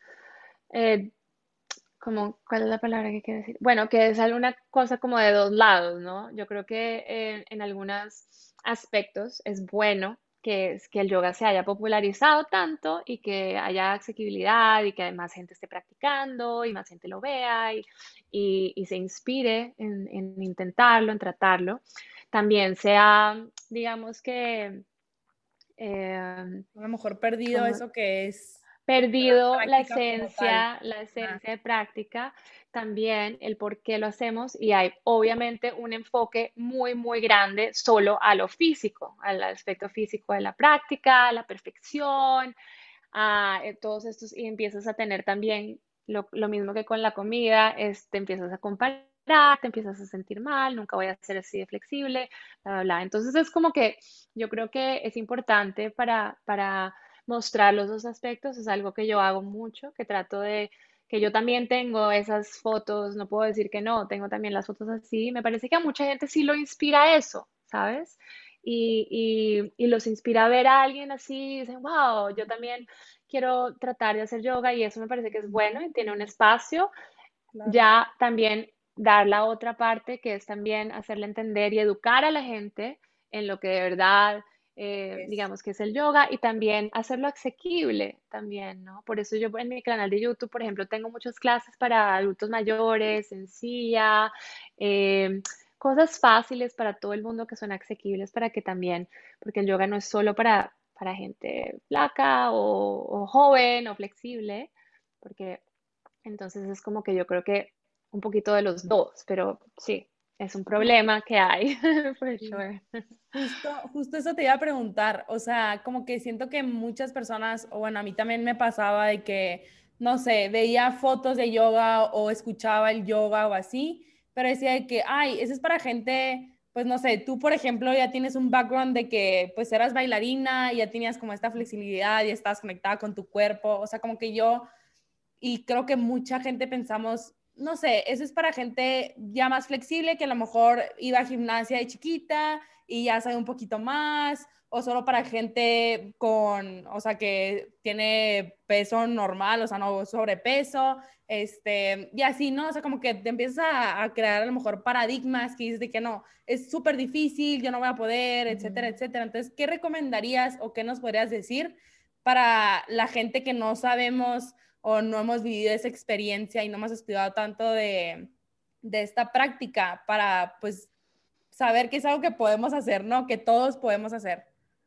Speaker 4: eh, como, ¿cuál es la palabra que quiero decir? Bueno, que es alguna cosa como de dos lados, ¿no? Yo creo que en algunos aspectos es bueno que el yoga se haya popularizado tanto y que haya asequibilidad y que más gente esté practicando y más gente lo vea y se inspire en intentarlo, en tratarlo. También sea, digamos que, eh,
Speaker 1: A lo mejor perdido
Speaker 4: como
Speaker 1: eso que es la
Speaker 4: perdido
Speaker 1: práctica como tal.
Speaker 4: la
Speaker 1: Ah,
Speaker 4: esencia de práctica, también el por qué lo hacemos y hay obviamente un enfoque muy, muy grande solo a lo físico, al aspecto físico de la práctica, a la perfección, a todos estos y empiezas a tener también lo mismo que con la comida, te empiezas a comparar, te empiezas a sentir mal, nunca voy a ser así de flexible, bla, bla, bla. Entonces es como que yo creo que es importante para mostrar los dos aspectos, es algo que yo hago mucho, que trato de, que yo también tengo esas fotos, no puedo decir que no, tengo también las fotos así, me parece que a mucha gente sí lo inspira eso, ¿sabes? Y los inspira a ver a alguien así y dicen, wow, yo también quiero tratar de hacer yoga y eso me parece que es bueno y tiene un espacio.
Speaker 1: claro.
Speaker 4: Ya también dar la otra parte que es también hacerle entender y educar a la gente en lo que de verdad,
Speaker 1: Es.
Speaker 4: digamos que es el yoga y también hacerlo asequible también, ¿no? Por eso yo en mi canal de YouTube, por ejemplo, tengo muchas clases para adultos mayores, en silla, eh, cosas fáciles para todo el mundo que son asequibles para que también, porque el yoga no es solo para gente flaca o joven o flexible, porque entonces es como que yo creo que un poquito de los dos, pero sí, es un problema que hay, for
Speaker 1: Sí.
Speaker 4: sure.
Speaker 1: Justo eso te iba a preguntar, o sea, como que siento que muchas personas, o bueno, a mí también me pasaba de que, no sé, veía fotos de yoga o escuchaba el yoga o así, pero decía de que, ay, eso es para gente, pues no sé, tú por ejemplo ya tienes un background de que pues eras bailarina y ya tenías como esta flexibilidad y estabas conectada con tu cuerpo, o sea, como que yo y creo que mucha gente pensamos no sé, eso es para gente ya más flexible que a lo mejor iba a gimnasia de chiquita y ya sabe un poquito más, o solo para gente con, o sea, que tiene peso normal, o sea, no sobrepeso, y así, ¿no? O sea, como que te empiezas a crear a lo mejor paradigmas que dices de que no, es súper difícil, yo no voy a poder, etcétera, etcétera. Entonces, ¿qué recomendarías o qué nos podrías decir para la gente que no sabemos o no hemos vivido esa experiencia y no hemos estudiado tanto de esta práctica para, pues, saber que es algo que podemos hacer, ¿no? Que todos podemos hacer.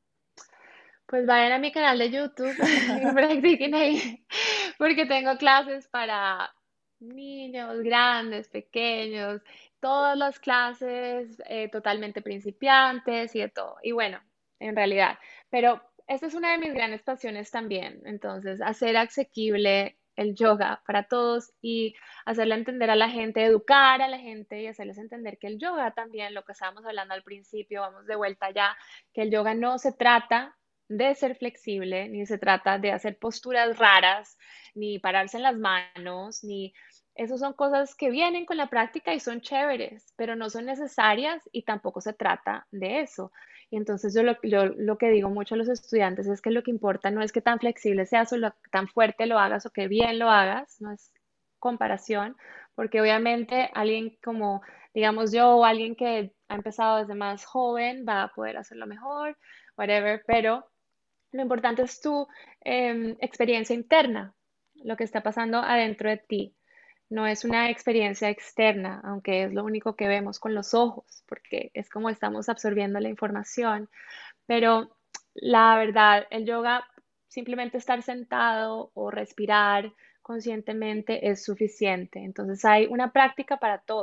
Speaker 4: Pues vayan a mi canal de YouTube y practiquen ahí, porque tengo clases para niños, grandes, pequeños, todas las clases, totalmente principiantes y de todo. Y bueno, en realidad, pero esta es una de mis grandes pasiones también. Entonces, hacer asequible el yoga para todos y hacerle entender a la gente, educar a la gente y hacerles entender que el yoga también, lo que estábamos hablando al principio, vamos de vuelta ya, que el yoga no se trata de ser flexible, ni se trata de hacer posturas raras, ni pararse en las manos, ni... Esas son cosas que vienen con la práctica y son chéveres, pero no son necesarias y tampoco se trata de eso. Y entonces yo lo que digo mucho a los estudiantes es que lo que importa no es que tan flexible seas o tan fuerte lo hagas o que bien lo hagas, no es comparación, porque obviamente alguien como, digamos yo, o alguien que ha empezado desde más joven va a poder hacerlo mejor, whatever, pero lo importante es tu experiencia interna, lo que está pasando adentro de ti. No es una experiencia externa, aunque es lo único que vemos con los ojos, porque es como estamos absorbiendo la información. Pero la verdad, el yoga, simplemente estar sentado o respirar conscientemente es suficiente. Entonces hay una práctica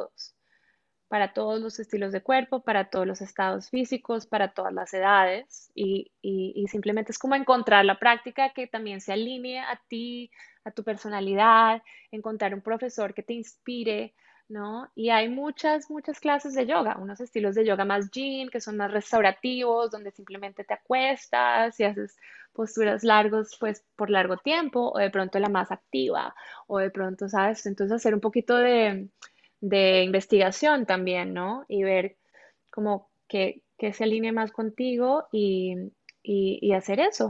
Speaker 4: para todos los estilos de cuerpo, para todos los estados físicos, para todas las edades y simplemente es como encontrar la práctica que también se alinee a ti, a tu personalidad, encontrar un profesor que te inspire, ¿no? Y hay muchas clases de yoga, unos estilos de yoga más yin, que son más restaurativos, donde simplemente te acuestas y haces posturas largos, pues por largo tiempo, o de pronto la más activa, o de pronto, ¿sabes? Entonces hacer un poquito de investigación también, ¿no? Y ver como que se alinee más contigo y hacer eso.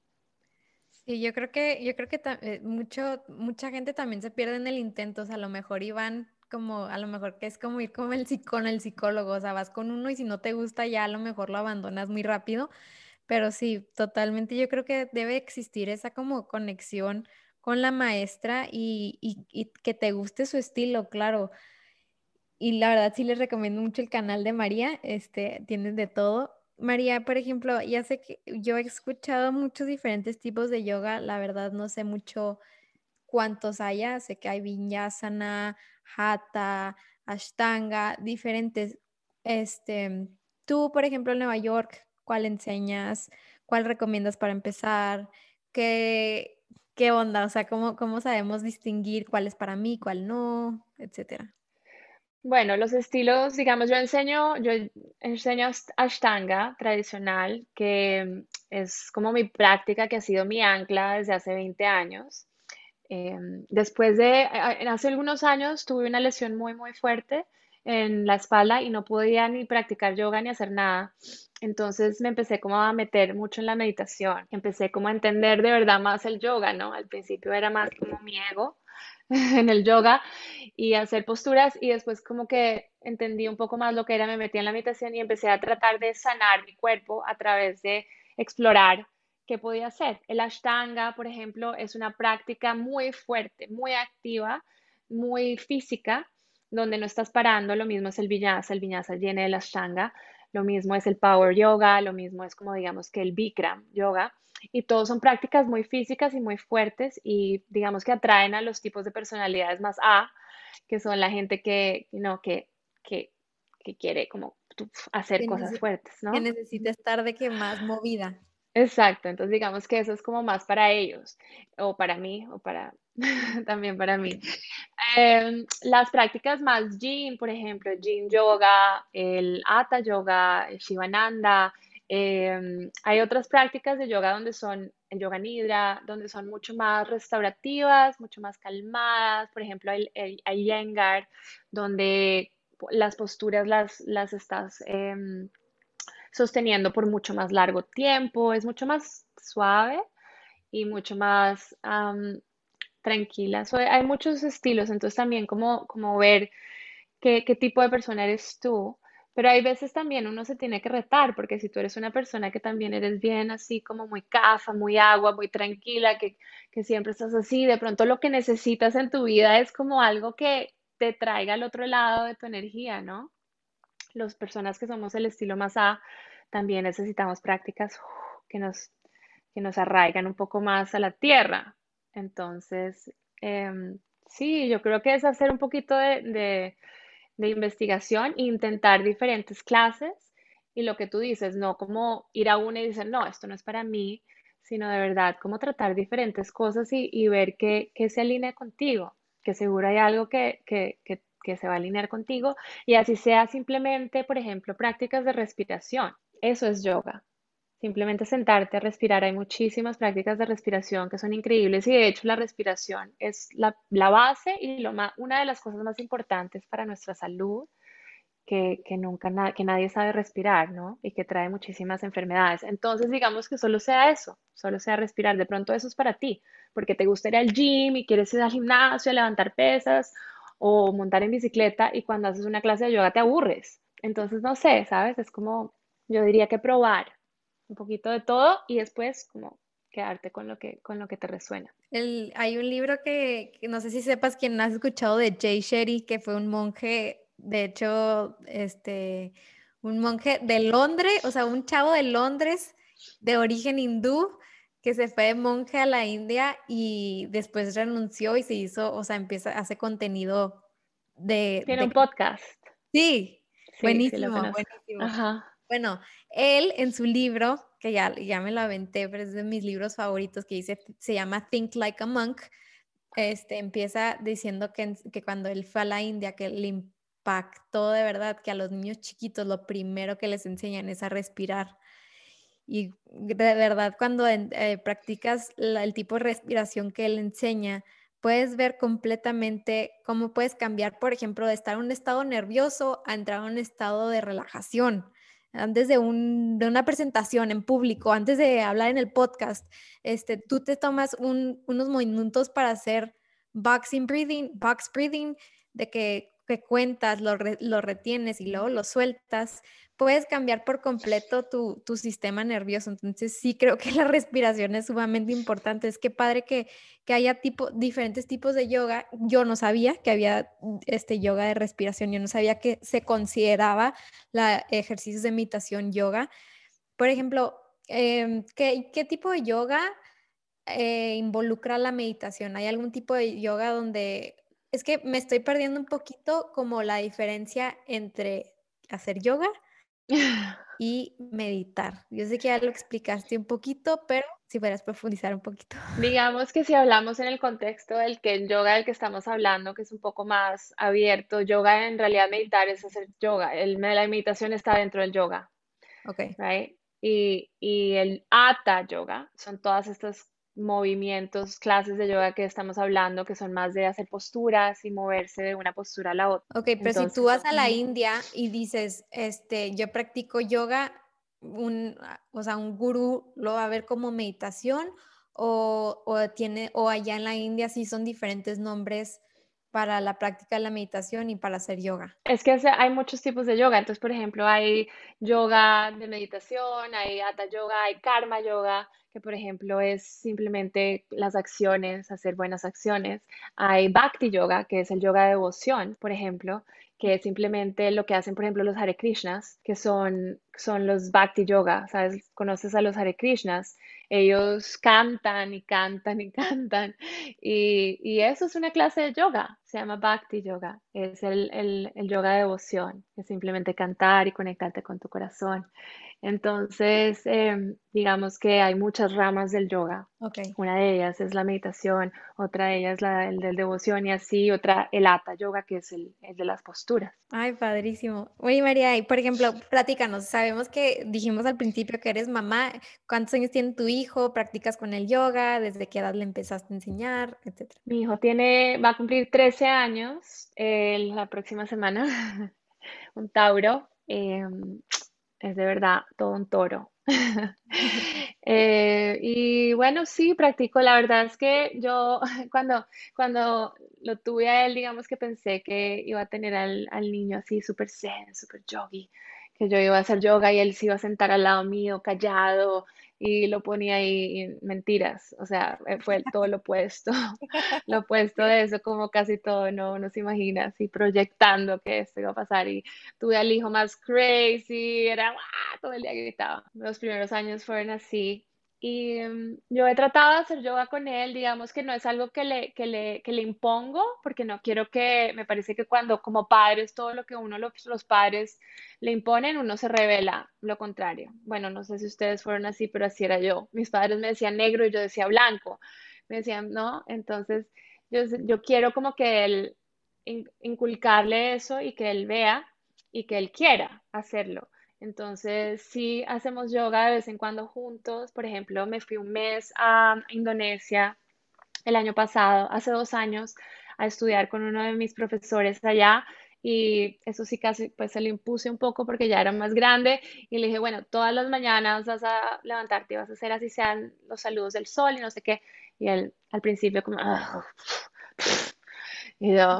Speaker 3: Sí, yo creo que mucha gente también se pierde en el intento, o sea, a lo mejor iban como, a lo mejor que es como ir como con el psicólogo, o sea, vas con uno y si no te gusta ya a lo mejor lo abandonas muy rápido, pero sí, totalmente yo creo que debe existir esa como conexión con la maestra y que te guste su estilo, claro. Y la verdad sí les recomiendo mucho el canal de María, tienen de todo. María, por ejemplo, ya sé que yo he escuchado muchos diferentes tipos de yoga, la verdad no sé mucho cuántos haya, sé que hay Vinyasana, Hatha, Ashtanga, diferentes. Este, tú, por ejemplo, en Nueva York, ¿cuál enseñas? ¿Cuál recomiendas para empezar? ¿Qué, qué onda? O sea, ¿cómo sabemos distinguir cuál es para mí, cuál no, etcétera?
Speaker 4: Bueno, los estilos, digamos, yo enseño Ashtanga tradicional, que es como mi práctica, que ha sido mi ancla desde hace 20 años. Después hace algunos años tuve una lesión muy fuerte en la espalda y no podía ni practicar yoga ni hacer nada. Entonces me empecé como a meter mucho en la meditación. Empecé como a entender de verdad más el yoga, ¿no? Al principio era más como mi ego en el yoga y hacer posturas y después como que entendí un poco más lo que era, me metí en la meditación y empecé a tratar de sanar mi cuerpo a través de explorar qué podía hacer. El Ashtanga, por ejemplo, es una práctica muy fuerte, muy activa, muy física, donde no estás parando. Lo mismo es el Vinyasa viene el Ashtanga, lo mismo es el Power Yoga, lo mismo es como digamos que el Bikram Yoga. Y todos son prácticas muy físicas y muy fuertes y digamos que atraen a los tipos de personalidades más A, que son la gente que, que quiere como hacer
Speaker 3: Que,
Speaker 4: cosas
Speaker 3: nece-
Speaker 4: fuertes,
Speaker 3: que
Speaker 4: ¿no?
Speaker 3: necesita estar de que más movida.
Speaker 4: Exacto, entonces digamos que eso es como más para ellos, o para mí, o para también para mí. Las prácticas más Yin, por ejemplo, Yin Yoga, el Hatha Yoga, el Shivananda, Hay otras prácticas de yoga donde son, el yoga nidra, donde son mucho más restaurativas, mucho más calmadas. Por ejemplo, hay Iyengar, donde las posturas las estás sosteniendo por mucho más largo tiempo. Es mucho más suave y mucho más tranquila. Hay muchos estilos, entonces también como ver qué tipo de persona eres tú. Pero hay veces también uno se tiene que retar, porque si tú eres una persona que también eres bien así como muy cafa, muy agua, muy tranquila, que siempre estás así, de pronto lo que necesitas en tu vida es como algo que te traiga al otro lado de tu energía, ¿no? Las personas que somos el estilo más A, también necesitamos prácticas que nos arraigan un poco más a la tierra. Entonces, sí, yo creo que es hacer un poquito de investigación e intentar diferentes clases y lo que tú dices, no como ir a una y decir, no, esto no es para mí, sino de verdad como tratar diferentes cosas y ver qué se alinea contigo, que seguro hay algo que se va a alinear contigo y así sea simplemente, por ejemplo, prácticas de respiración. Eso es yoga. Simplemente sentarte a respirar. Hay muchísimas prácticas de respiración que son increíbles y de hecho la respiración es la base y una de las cosas más importantes para nuestra salud que nadie sabe respirar, ¿no? Y que trae muchísimas enfermedades. Entonces, digamos que solo sea eso, solo sea respirar. De pronto eso es para ti, porque te gusta ir al gym y quieres ir al gimnasio, a levantar pesas o montar en bicicleta y cuando haces una clase de yoga te aburres. Entonces, no sé, ¿sabes? Es como, yo diría que probar un poquito de todo y después como quedarte con lo que te resuena.
Speaker 3: Hay un libro que no sé si sepas quién has escuchado de Jay Shetty, que fue un monje, de hecho, un monje de Londres, o sea, un chavo de Londres de origen hindú que se fue de monje a la India y después renunció y se hizo, o sea, hace contenido
Speaker 4: Tiene un podcast.
Speaker 3: Sí,
Speaker 4: Sí, sí lo
Speaker 3: buenísimo,
Speaker 4: conozco.
Speaker 3: buenísimo.
Speaker 4: Ajá.
Speaker 3: Bueno, él en su libro, que ya me lo aventé, pero es de mis libros favoritos, que se llama Think Like a Monk, empieza diciendo que cuando él fue a la India, que le impactó de verdad que a los niños chiquitos lo primero que les enseñan es a respirar. Y de verdad, cuando practicas el tipo de respiración que él enseña, puedes ver completamente cómo puedes cambiar, por ejemplo, de estar en un estado nervioso a entrar en un estado de relajación. Antes de una presentación en público, antes de hablar en el podcast, tú te tomas unos minutos para hacer box breathing, de que cuentas, lo retienes y luego lo sueltas. Puedes cambiar por completo tu sistema nervioso. Entonces, sí creo que la respiración es sumamente importante. Es que padre que haya diferentes tipos de yoga. Yo no sabía que había este yoga de respiración. Yo no sabía que se consideraba la ejercicios de meditación yoga. Por ejemplo, ¿qué tipo de yoga involucra la meditación? ¿Hay algún tipo de yoga donde... Es que me estoy perdiendo un poquito como la diferencia entre hacer yoga y meditar. Yo sé que ya lo explicaste un poquito, pero si pudieras profundizar un poquito.
Speaker 4: Digamos que si hablamos en el contexto del que el yoga del que estamos hablando, que es un poco más abierto, yoga en realidad meditar es hacer yoga, la meditación está dentro del yoga,
Speaker 3: Ok.
Speaker 4: right? Y el hatha yoga son todas estos movimientos, clases de yoga que estamos hablando, que son más de hacer posturas y moverse de una postura a la otra.
Speaker 3: Ok, pero si tú
Speaker 4: Entonces,
Speaker 3: vas a la India y dices, yo practico yoga, o sea, un gurú lo va a ver como meditación o allá en la India sí son diferentes nombres para la práctica de la meditación y para hacer yoga.
Speaker 4: es que hay muchos tipos de yoga. Entonces, por ejemplo, hay yoga de meditación, hay hatha yoga, hay karma yoga, que por ejemplo es simplemente las acciones, hacer buenas acciones. Hay bhakti yoga, que es el yoga de devoción, por ejemplo, que es simplemente lo que hacen, por ejemplo, los Hare Krishnas, que son los bhakti yoga. ¿Sabes? ¿Conoces a los Hare Krishnas? Ellos cantan y cantan y cantan y eso es una clase de yoga, se llama Bhakti Yoga, es el yoga de devoción, es simplemente cantar y conectarte con tu corazón. Entonces, digamos que hay muchas ramas del yoga.
Speaker 3: Ok.
Speaker 4: Una de ellas es la meditación, otra de ellas el del devoción y así, otra el Hatha Yoga, que es el de las posturas.
Speaker 3: Ay, padrísimo. Oye, María, y por ejemplo, platícanos, sabemos que dijimos al principio que eres mamá. ¿Cuántos años tiene tu hijo? ¿Practicas con el yoga? ¿Desde qué edad le empezaste a enseñar? Etcétera.
Speaker 4: Mi hijo va a cumplir 13 años la próxima semana, un Tauro. Es de verdad todo un toro. Y bueno, sí, practico. La verdad es que yo cuando lo tuve a él, digamos que pensé que iba a tener al niño así súper zen, súper yogi, que yo iba a hacer yoga y él se iba a sentar al lado mío callado y lo ponía ahí, y mentiras. O sea, fue todo lo opuesto, lo opuesto de eso, como casi todo, no uno se imagina así proyectando que esto iba a pasar. Y tuve al hijo más crazy, era todo el día gritaba. Los primeros años fueron así. Y yo he tratado de hacer yoga con él, digamos que no es algo que le impongo, porque no quiero me parece que cuando como padres, todo lo que los padres le imponen, uno se revela lo contrario. Bueno, no sé si ustedes fueron así, pero así era yo. Mis padres me decían negro y yo decía blanco. Me decían, no, entonces yo quiero como que él inculcarle eso y que él vea y que él quiera hacerlo. Entonces, sí hacemos yoga de vez en cuando juntos. Por ejemplo, me fui un mes a Indonesia el año pasado, hace 2 años, a estudiar con uno de mis profesores allá. Y eso sí casi pues se lo impuse un poco porque ya era más grande y le dije, bueno, todas las mañanas vas a levantarte y vas a hacer así sean los saludos del sol y no sé qué. Y él al principio como, y yo,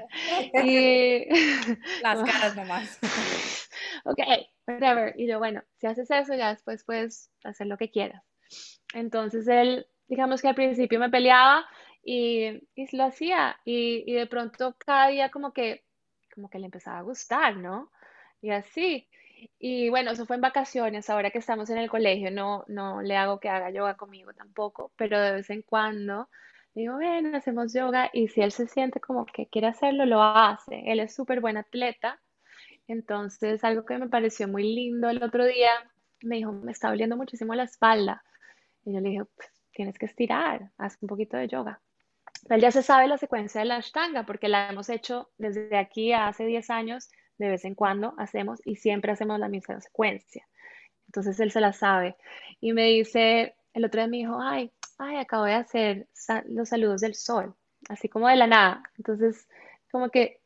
Speaker 4: y
Speaker 1: Las
Speaker 4: como,
Speaker 1: caras nomás.
Speaker 4: ok, whatever. Y yo, bueno, si haces eso, ya después puedes hacer lo que quieras. Entonces él, digamos que al principio me peleaba y lo hacía. Y de pronto cada día como que le empezaba a gustar, ¿no? Y así. Y bueno, eso fue en vacaciones. Ahora que estamos en el colegio, no le hago que haga yoga conmigo tampoco, pero de vez en cuando digo, ven, hacemos yoga. Y si él se siente como que quiere hacerlo, lo hace. Él es súper buen atleta. Entonces, algo que me pareció muy lindo el otro día, me dijo, me está doliendo muchísimo la espalda. Y yo le dije, "Pues, tienes que estirar, haz un poquito de yoga". Él ya se sabe la secuencia de la Ashtanga porque la hemos hecho desde aquí a hace 10 años, de vez en cuando hacemos y siempre hacemos la misma secuencia. Entonces él se la sabe. Y me dice, el otro día me dijo, ay, acabo de hacer los saludos del sol, así como de la nada. Entonces, como que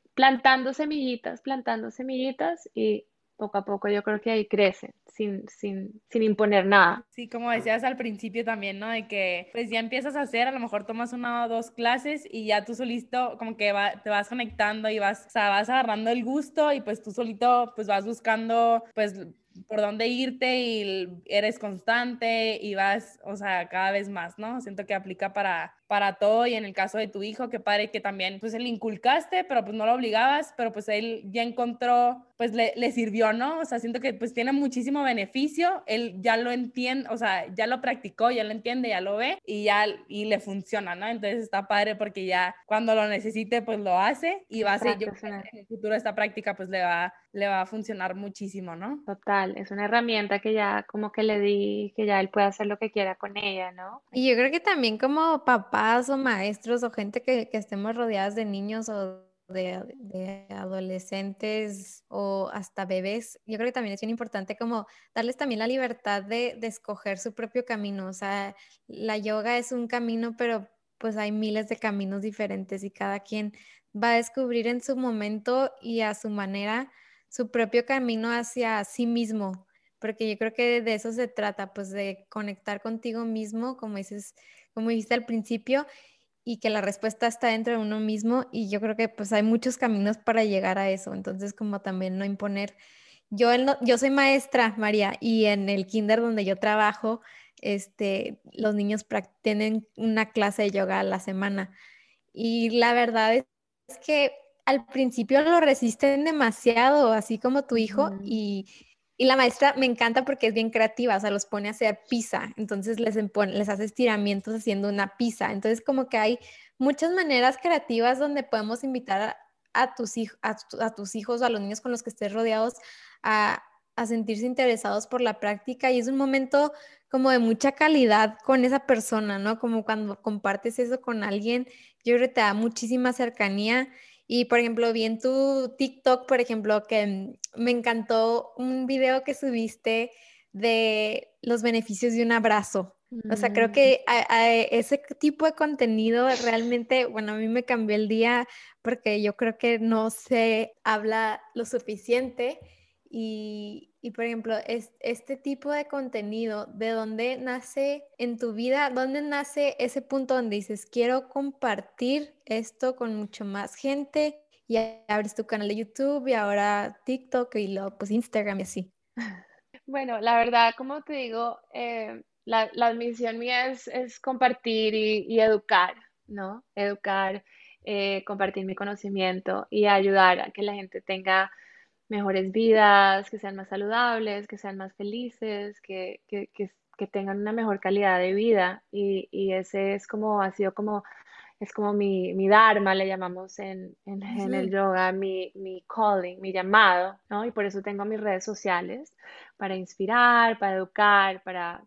Speaker 4: plantando semillitas y poco a poco yo creo que ahí crecen, sin imponer nada.
Speaker 1: Sí, como decías al principio también, ¿no? De que pues ya empiezas a hacer, a lo mejor tomas una o dos clases y ya tú solito como que te vas conectando y o sea, vas agarrando el gusto y pues tú solito pues vas buscando pues por dónde irte y eres constante y vas, o sea, cada vez más, ¿no? Siento que aplica para todo y en el caso de tu hijo, qué padre que también pues él inculcaste, pero pues no lo obligabas, pero pues él ya encontró, pues le sirvió, ¿no? O sea, siento que pues tiene muchísimo beneficio, él ya lo entiende, o sea, ya lo practicó, ya lo entiende, ya lo ve y le funciona, ¿no? Entonces está padre porque ya cuando lo necesite pues lo hace y va a ser, yo
Speaker 4: Exacto,
Speaker 1: creo que en el futuro esta práctica pues le va a funcionar muchísimo, ¿no?
Speaker 4: total, es una herramienta que ya como que le di, que ya él puede hacer lo que quiera con ella, ¿no?
Speaker 3: Y yo creo que también como papás o maestros o gente que estemos rodeadas de niños o de adolescentes o hasta bebés, yo creo que también es bien importante como darles también la libertad de escoger su propio camino. O sea, la yoga es un camino, pero pues hay miles de caminos diferentes y cada quien va a descubrir en su momento y a su manera su propio camino hacia sí mismo, porque yo creo que de eso se trata, pues de conectar contigo mismo, como dices, como dijiste al principio, y que la respuesta está dentro de uno mismo, y yo creo que pues hay muchos caminos para llegar a eso, entonces como también no imponer. Yo soy maestra, María, y en el kinder donde yo trabajo, los niños tienen una clase de yoga a la semana, y la verdad es que al principio lo resisten demasiado, así como tu hijo,
Speaker 4: Ujú.
Speaker 3: y la maestra me encanta porque es bien creativa, o sea, los pone a hacer pizza, entonces les hace estiramientos haciendo una pizza. Entonces, como que hay muchas maneras creativas donde podemos invitar a tus hijos o a los niños con los que estés rodeados a, a sentirse interesados por la práctica y es un momento como de mucha calidad con esa persona, ¿no? Como cuando compartes eso con alguien, yo creo que te da muchísima cercanía Y, por ejemplo, vi en tu TikTok, por ejemplo, que me encantó un video que subiste de los beneficios de un abrazo. O sea, creo
Speaker 4: Mm.
Speaker 3: que ese tipo de contenido realmente, bueno, a mí me cambió el día porque yo creo que no se habla lo suficiente y por ejemplo, este tipo de contenido, ¿de dónde nace en tu vida? ¿Dónde nace ese punto donde dices, quiero compartir esto con mucho más gente? Y abres tu canal de YouTube y ahora TikTok y luego pues Instagram y así.
Speaker 4: Bueno, la verdad, como te digo, la misión mía es compartir y educar, ¿no? Educar, compartir mi conocimiento y ayudar a que la gente tenga mejores vidas, que sean más saludables, que sean más felices, que tengan una mejor calidad de vida. Y ese es como, ha sido como es como mi dharma, le llamamos en el
Speaker 3: Ujú.
Speaker 4: yoga, mi calling, mi llamado, ¿no? Y por eso tengo mis redes sociales, para inspirar, para educar,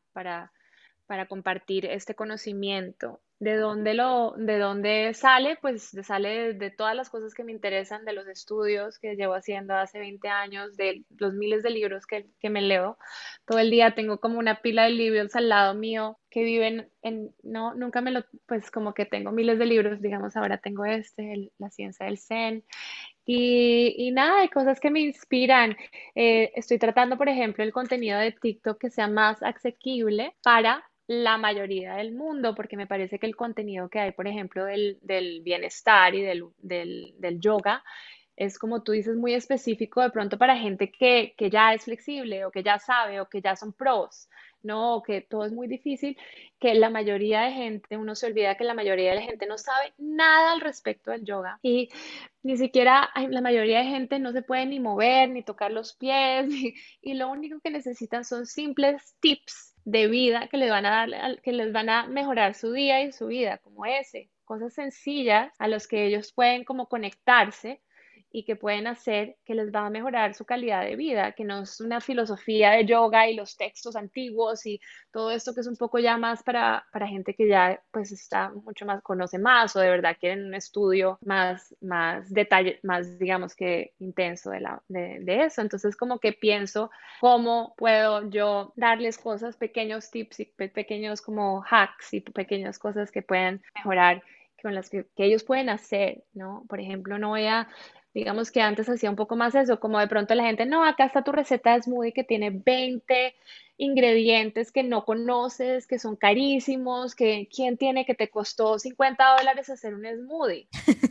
Speaker 4: para compartir este conocimiento. De dónde sale? Pues sale de todas las cosas que me interesan, de los estudios que llevo haciendo hace 20 años, de los miles de libros que me leo. Todo el día tengo como una pila de libros al lado mío que viven no, nunca me lo, pues como que tengo miles de libros, digamos, ahora tengo La ciencia del Zen, y nada, hay cosas que me inspiran. Estoy tratando, por ejemplo, el contenido de TikTok que sea más asequible para la mayoría del mundo, porque me parece que el contenido que hay, por ejemplo, del bienestar y del yoga, es como tú dices, muy específico de pronto para gente que ya es flexible o que ya sabe o que ya son pros, ¿no? O que todo es muy difícil, que la mayoría de gente, uno se olvida que la mayoría de la gente no sabe nada al respecto del yoga. Y ni siquiera la mayoría de gente no se puede ni mover, ni tocar los pies, y lo único que necesitan son simples tips de vida que les van a dar, que les van a mejorar su día y su vida, como ese, cosas sencillas a los que ellos pueden como conectarse y que pueden hacer que les va a mejorar su calidad de vida, que no es una filosofía de yoga y los textos antiguos y todo esto que es un poco ya más para gente que ya pues está mucho más, conoce más o de verdad quieren un estudio más detalle, más digamos que intenso de eso. Entonces como que pienso cómo puedo yo darles cosas, pequeños tips y pequeños como hacks y pequeñas cosas que puedan mejorar con las que ellos pueden hacer, ¿no? Por ejemplo, no voy a digamos que antes hacía un poco más eso, como de pronto la gente, no, acá está tu receta de smoothie que tiene 20 ingredientes que no conoces, que son carísimos, que quién tiene que te costó $50 hacer un smoothie.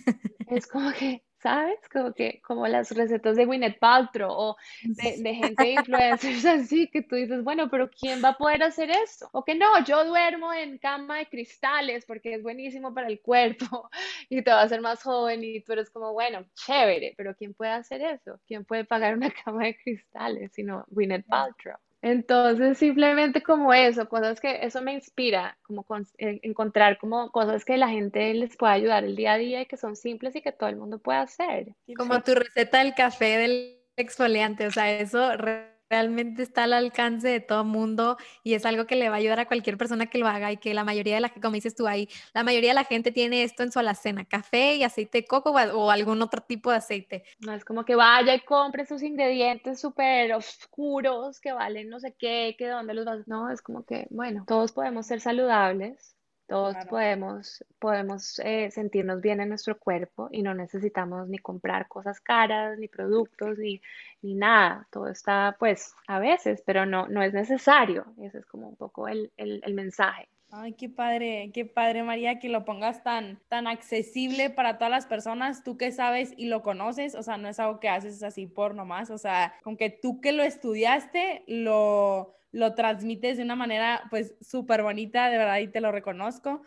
Speaker 4: Es como que, ¿sabes? Como que, como las recetas de Gwyneth Paltrow o de gente de influencers así, que tú dices, bueno, pero ¿quién va a poder hacer esto? O que no, yo duermo en cama de cristales porque es buenísimo para el cuerpo y te va a hacer más joven y tú eres como, bueno, chévere, pero ¿quién puede hacer eso? ¿Quién puede pagar una cama de cristales sino Gwyneth Paltrow? Entonces, simplemente como eso, cosas que eso me inspira, como encontrar como cosas que la gente les pueda ayudar el día a día y que son simples y que todo el mundo puede hacer.
Speaker 1: Qué
Speaker 3: Como tu receta del café del exfoliante, o sea, eso realmente está al alcance de todo mundo y es algo que le va a ayudar a cualquier persona que lo haga y que la mayoría de la, como dices tú ahí, la mayoría de la gente tiene esto en su alacena, café y aceite de coco o algún otro tipo de aceite.
Speaker 4: No es como que vaya y compre esos ingredientes súper oscuros que valen no sé qué, que de dónde los vas. No, es como que, bueno, todos podemos ser saludables, todos
Speaker 1: claro.
Speaker 4: podemos sentirnos bien en nuestro cuerpo y no necesitamos ni comprar cosas caras, ni productos, ni nada. Todo está, pues, a veces, pero no es necesario. Ese es como un poco el mensaje.
Speaker 1: Ay, qué padre, María, que lo pongas tan accesible para todas las personas, tú que sabes y lo conoces, o sea, no es algo que haces así por nomás, o sea, con que tú que lo estudiaste, lo transmites de una manera, pues, súper bonita, de verdad, y te lo reconozco.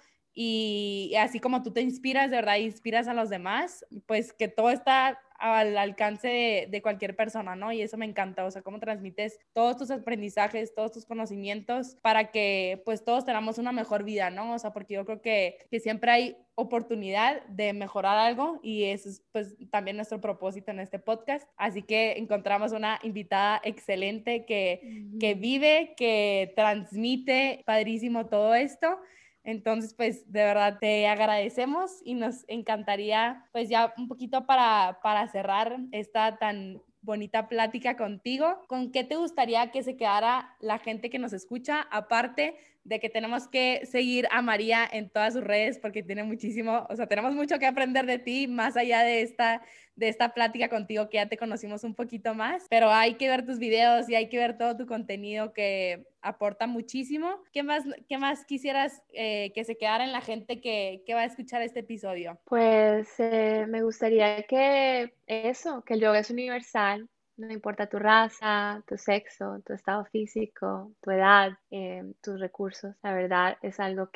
Speaker 1: Y así como tú te inspiras, de verdad, inspiras a los demás, pues que todo está al alcance de cualquier persona, ¿no? Y eso me encanta, o sea, cómo transmites todos tus aprendizajes, todos tus conocimientos para que pues todos tengamos una mejor vida, ¿no? O sea, porque yo creo que siempre hay oportunidad de mejorar algo y eso es pues también nuestro propósito en este podcast. Así que encontramos una invitada excelente que
Speaker 4: Ujú.
Speaker 1: vive, que transmite padrísimo todo esto. Entonces, pues de verdad te agradecemos y nos encantaría, pues ya un poquito para cerrar esta tan bonita plática contigo, ¿con qué te gustaría que se quedara la gente que nos escucha? Aparte de que tenemos que seguir a María en todas sus redes porque tiene muchísimo, o sea, tenemos mucho que aprender de ti, más allá de esta plática contigo que ya te conocimos un poquito más, pero hay que ver tus videos y hay que ver todo tu contenido que aporta muchísimo. Qué más quisieras que se quedara en la gente que va a escuchar este episodio?
Speaker 4: Pues me gustaría que el yoga es universal, no importa tu raza, tu sexo, tu estado físico, tu edad, tus recursos. La verdad es algo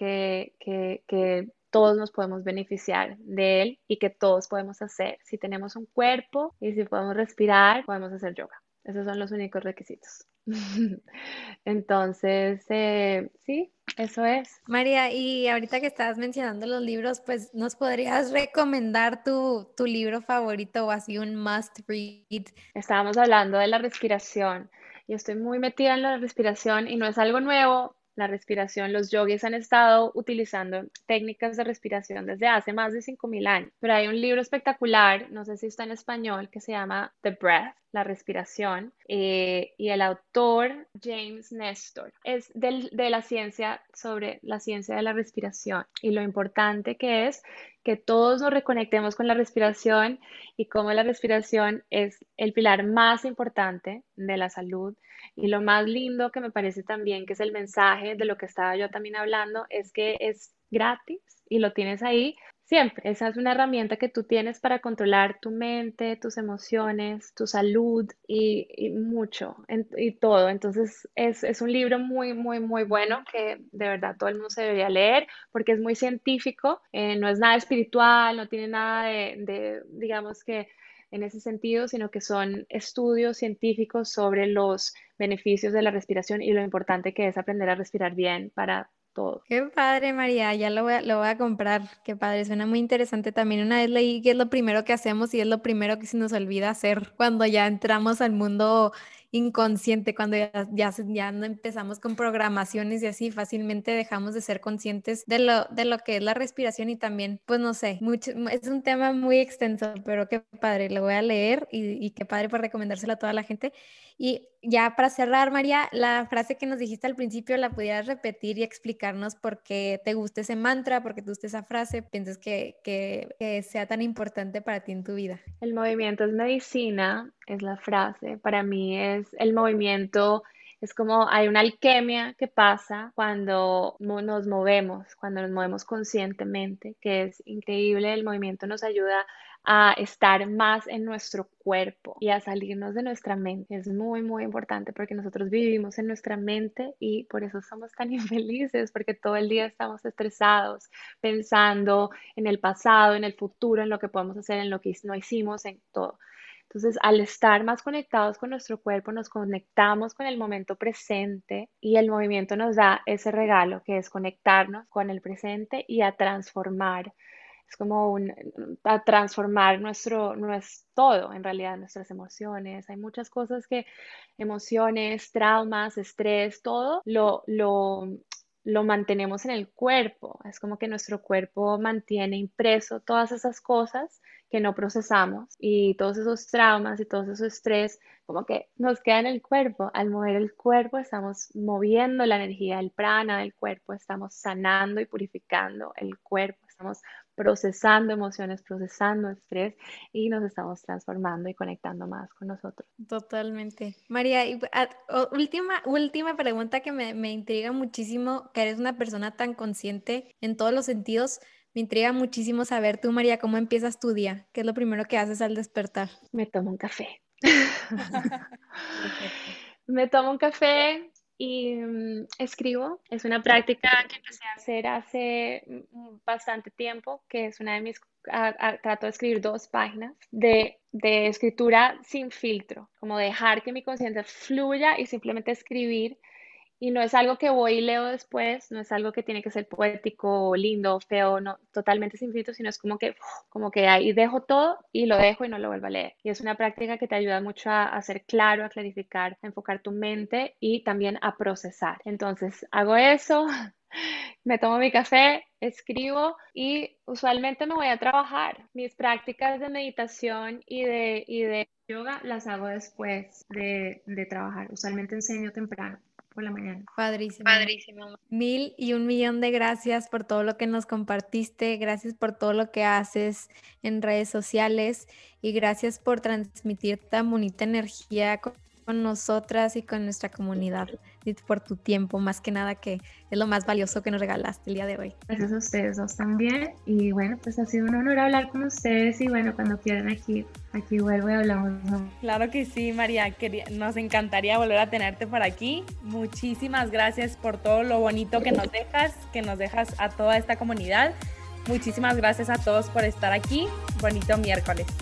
Speaker 4: que todos nos podemos beneficiar de él y que todos podemos hacer. Si tenemos un cuerpo y si podemos respirar, podemos hacer yoga. Esos son los únicos requisitos. Entonces, sí, eso es.
Speaker 3: María, y ahorita que estabas mencionando los libros, pues ¿nos podrías recomendar tu libro favorito o así un must read?
Speaker 4: Estábamos hablando de la respiración y estoy muy metida en la respiración y no es algo nuevo. La respiración, los yogis han estado utilizando técnicas de respiración desde hace más de 5.000 años. Pero hay un libro espectacular, no sé si está en español, que se llama The Breath, la respiración, y el autor James Nestor es de la ciencia sobre la ciencia de la respiración y lo importante que es que todos nos reconectemos con la respiración y cómo la respiración es el pilar más importante de la salud. Y lo más lindo que me parece también, que es el mensaje de lo que estaba yo también hablando, es que es gratis y lo tienes ahí siempre. Esa es una herramienta que tú tienes para controlar tu mente, tus emociones, tu salud y mucho, y todo. Entonces es un libro muy, muy, muy bueno que de verdad todo el mundo se debería leer porque es muy científico, no es nada espiritual, no tiene nada digamos que en ese sentido, sino que son estudios científicos sobre los beneficios de la respiración y lo importante que es aprender a respirar bien para todo.
Speaker 3: Qué padre, María, ya lo voy a comprar. Qué padre, suena muy interesante también. Una vez leí que es lo primero que hacemos y es lo primero que se nos olvida hacer cuando ya entramos al mundo inconsciente, cuando ya no empezamos con programaciones y así fácilmente dejamos de ser conscientes de lo que es la respiración y también, pues no sé, es un tema muy extenso, pero qué padre, lo voy a leer y qué padre por recomendárselo a toda la gente. Y ya para cerrar, María, la frase que nos dijiste al principio, ¿la pudieras repetir y explicarnos por qué te gusta ese mantra, por qué te gusta esa frase, piensas que sea tan importante para ti en tu vida?
Speaker 4: El movimiento es medicina, es la frase. Para mí es el movimiento, es como hay una alquimia que pasa cuando cuando nos movemos conscientemente, que es increíble. El movimiento nos ayuda a estar más en nuestro cuerpo y a salirnos de nuestra mente. Es muy, muy importante porque nosotros vivimos en nuestra mente y por eso somos tan infelices, porque todo el día estamos estresados, pensando en el pasado, en el futuro, en lo que podemos hacer, en lo que no hicimos, en todo. Entonces, al estar más conectados con nuestro cuerpo, nos conectamos con el momento presente y el movimiento nos da ese regalo que es conectarnos con el presente y a transformar. Es como a transformar no es todo, en realidad, nuestras emociones. Hay muchas cosas emociones, traumas, estrés, todo lo mantenemos en el cuerpo. Es como que nuestro cuerpo mantiene impreso todas esas cosas que no procesamos y todos esos traumas y todos esos estrés como que nos queda en el cuerpo. Al mover el cuerpo estamos moviendo la energía, el prana del cuerpo, estamos sanando y purificando el cuerpo, estamos procesando emociones, procesando estrés y nos estamos transformando y conectando más con nosotros.
Speaker 3: Totalmente. María, última pregunta que me intriga muchísimo, que eres una persona tan consciente en todos los sentidos. Me intriga muchísimo saber tú, María, cómo empiezas tu día. ¿Qué es lo primero que haces al despertar?
Speaker 4: Me tomo un café.
Speaker 3: Perfecto.
Speaker 4: Me tomo un café y escribo. Es una práctica que empecé a hacer hace bastante tiempo, que es una de trato de escribir 2 páginas de escritura sin filtro, como dejar que mi conciencia fluya y simplemente escribir. Y no es algo que voy y leo después, no es algo que tiene que ser poético, lindo, feo, no, totalmente sin filtro, sino es como que ahí dejo todo y lo dejo y no lo vuelvo a leer. Y es una práctica que te ayuda mucho a ser claro, a clarificar, a enfocar tu mente y también a procesar. Entonces hago eso, Me tomo mi café, escribo y usualmente me voy a trabajar. Mis prácticas de meditación y de yoga las hago después de trabajar. Usualmente enseño temprano, por la mañana.
Speaker 3: Padrísimo.
Speaker 4: Padrísimo.
Speaker 3: Mil y un millón de gracias por todo lo que nos compartiste, gracias por todo lo que haces en redes sociales y gracias por transmitir tan bonita energía con nosotras y con nuestra comunidad y por tu tiempo, más que nada que es lo más valioso que nos regalaste el día de hoy.
Speaker 4: Gracias a ustedes dos también. Y bueno, pues ha sido un honor hablar con ustedes y bueno, cuando quieran aquí vuelvo y hablamos, ¿no?
Speaker 1: Claro que sí, María, nos encantaría volver a tenerte por aquí. Muchísimas gracias por todo lo bonito que nos dejas a toda esta comunidad. Muchísimas gracias a todos por estar aquí. Bonito miércoles.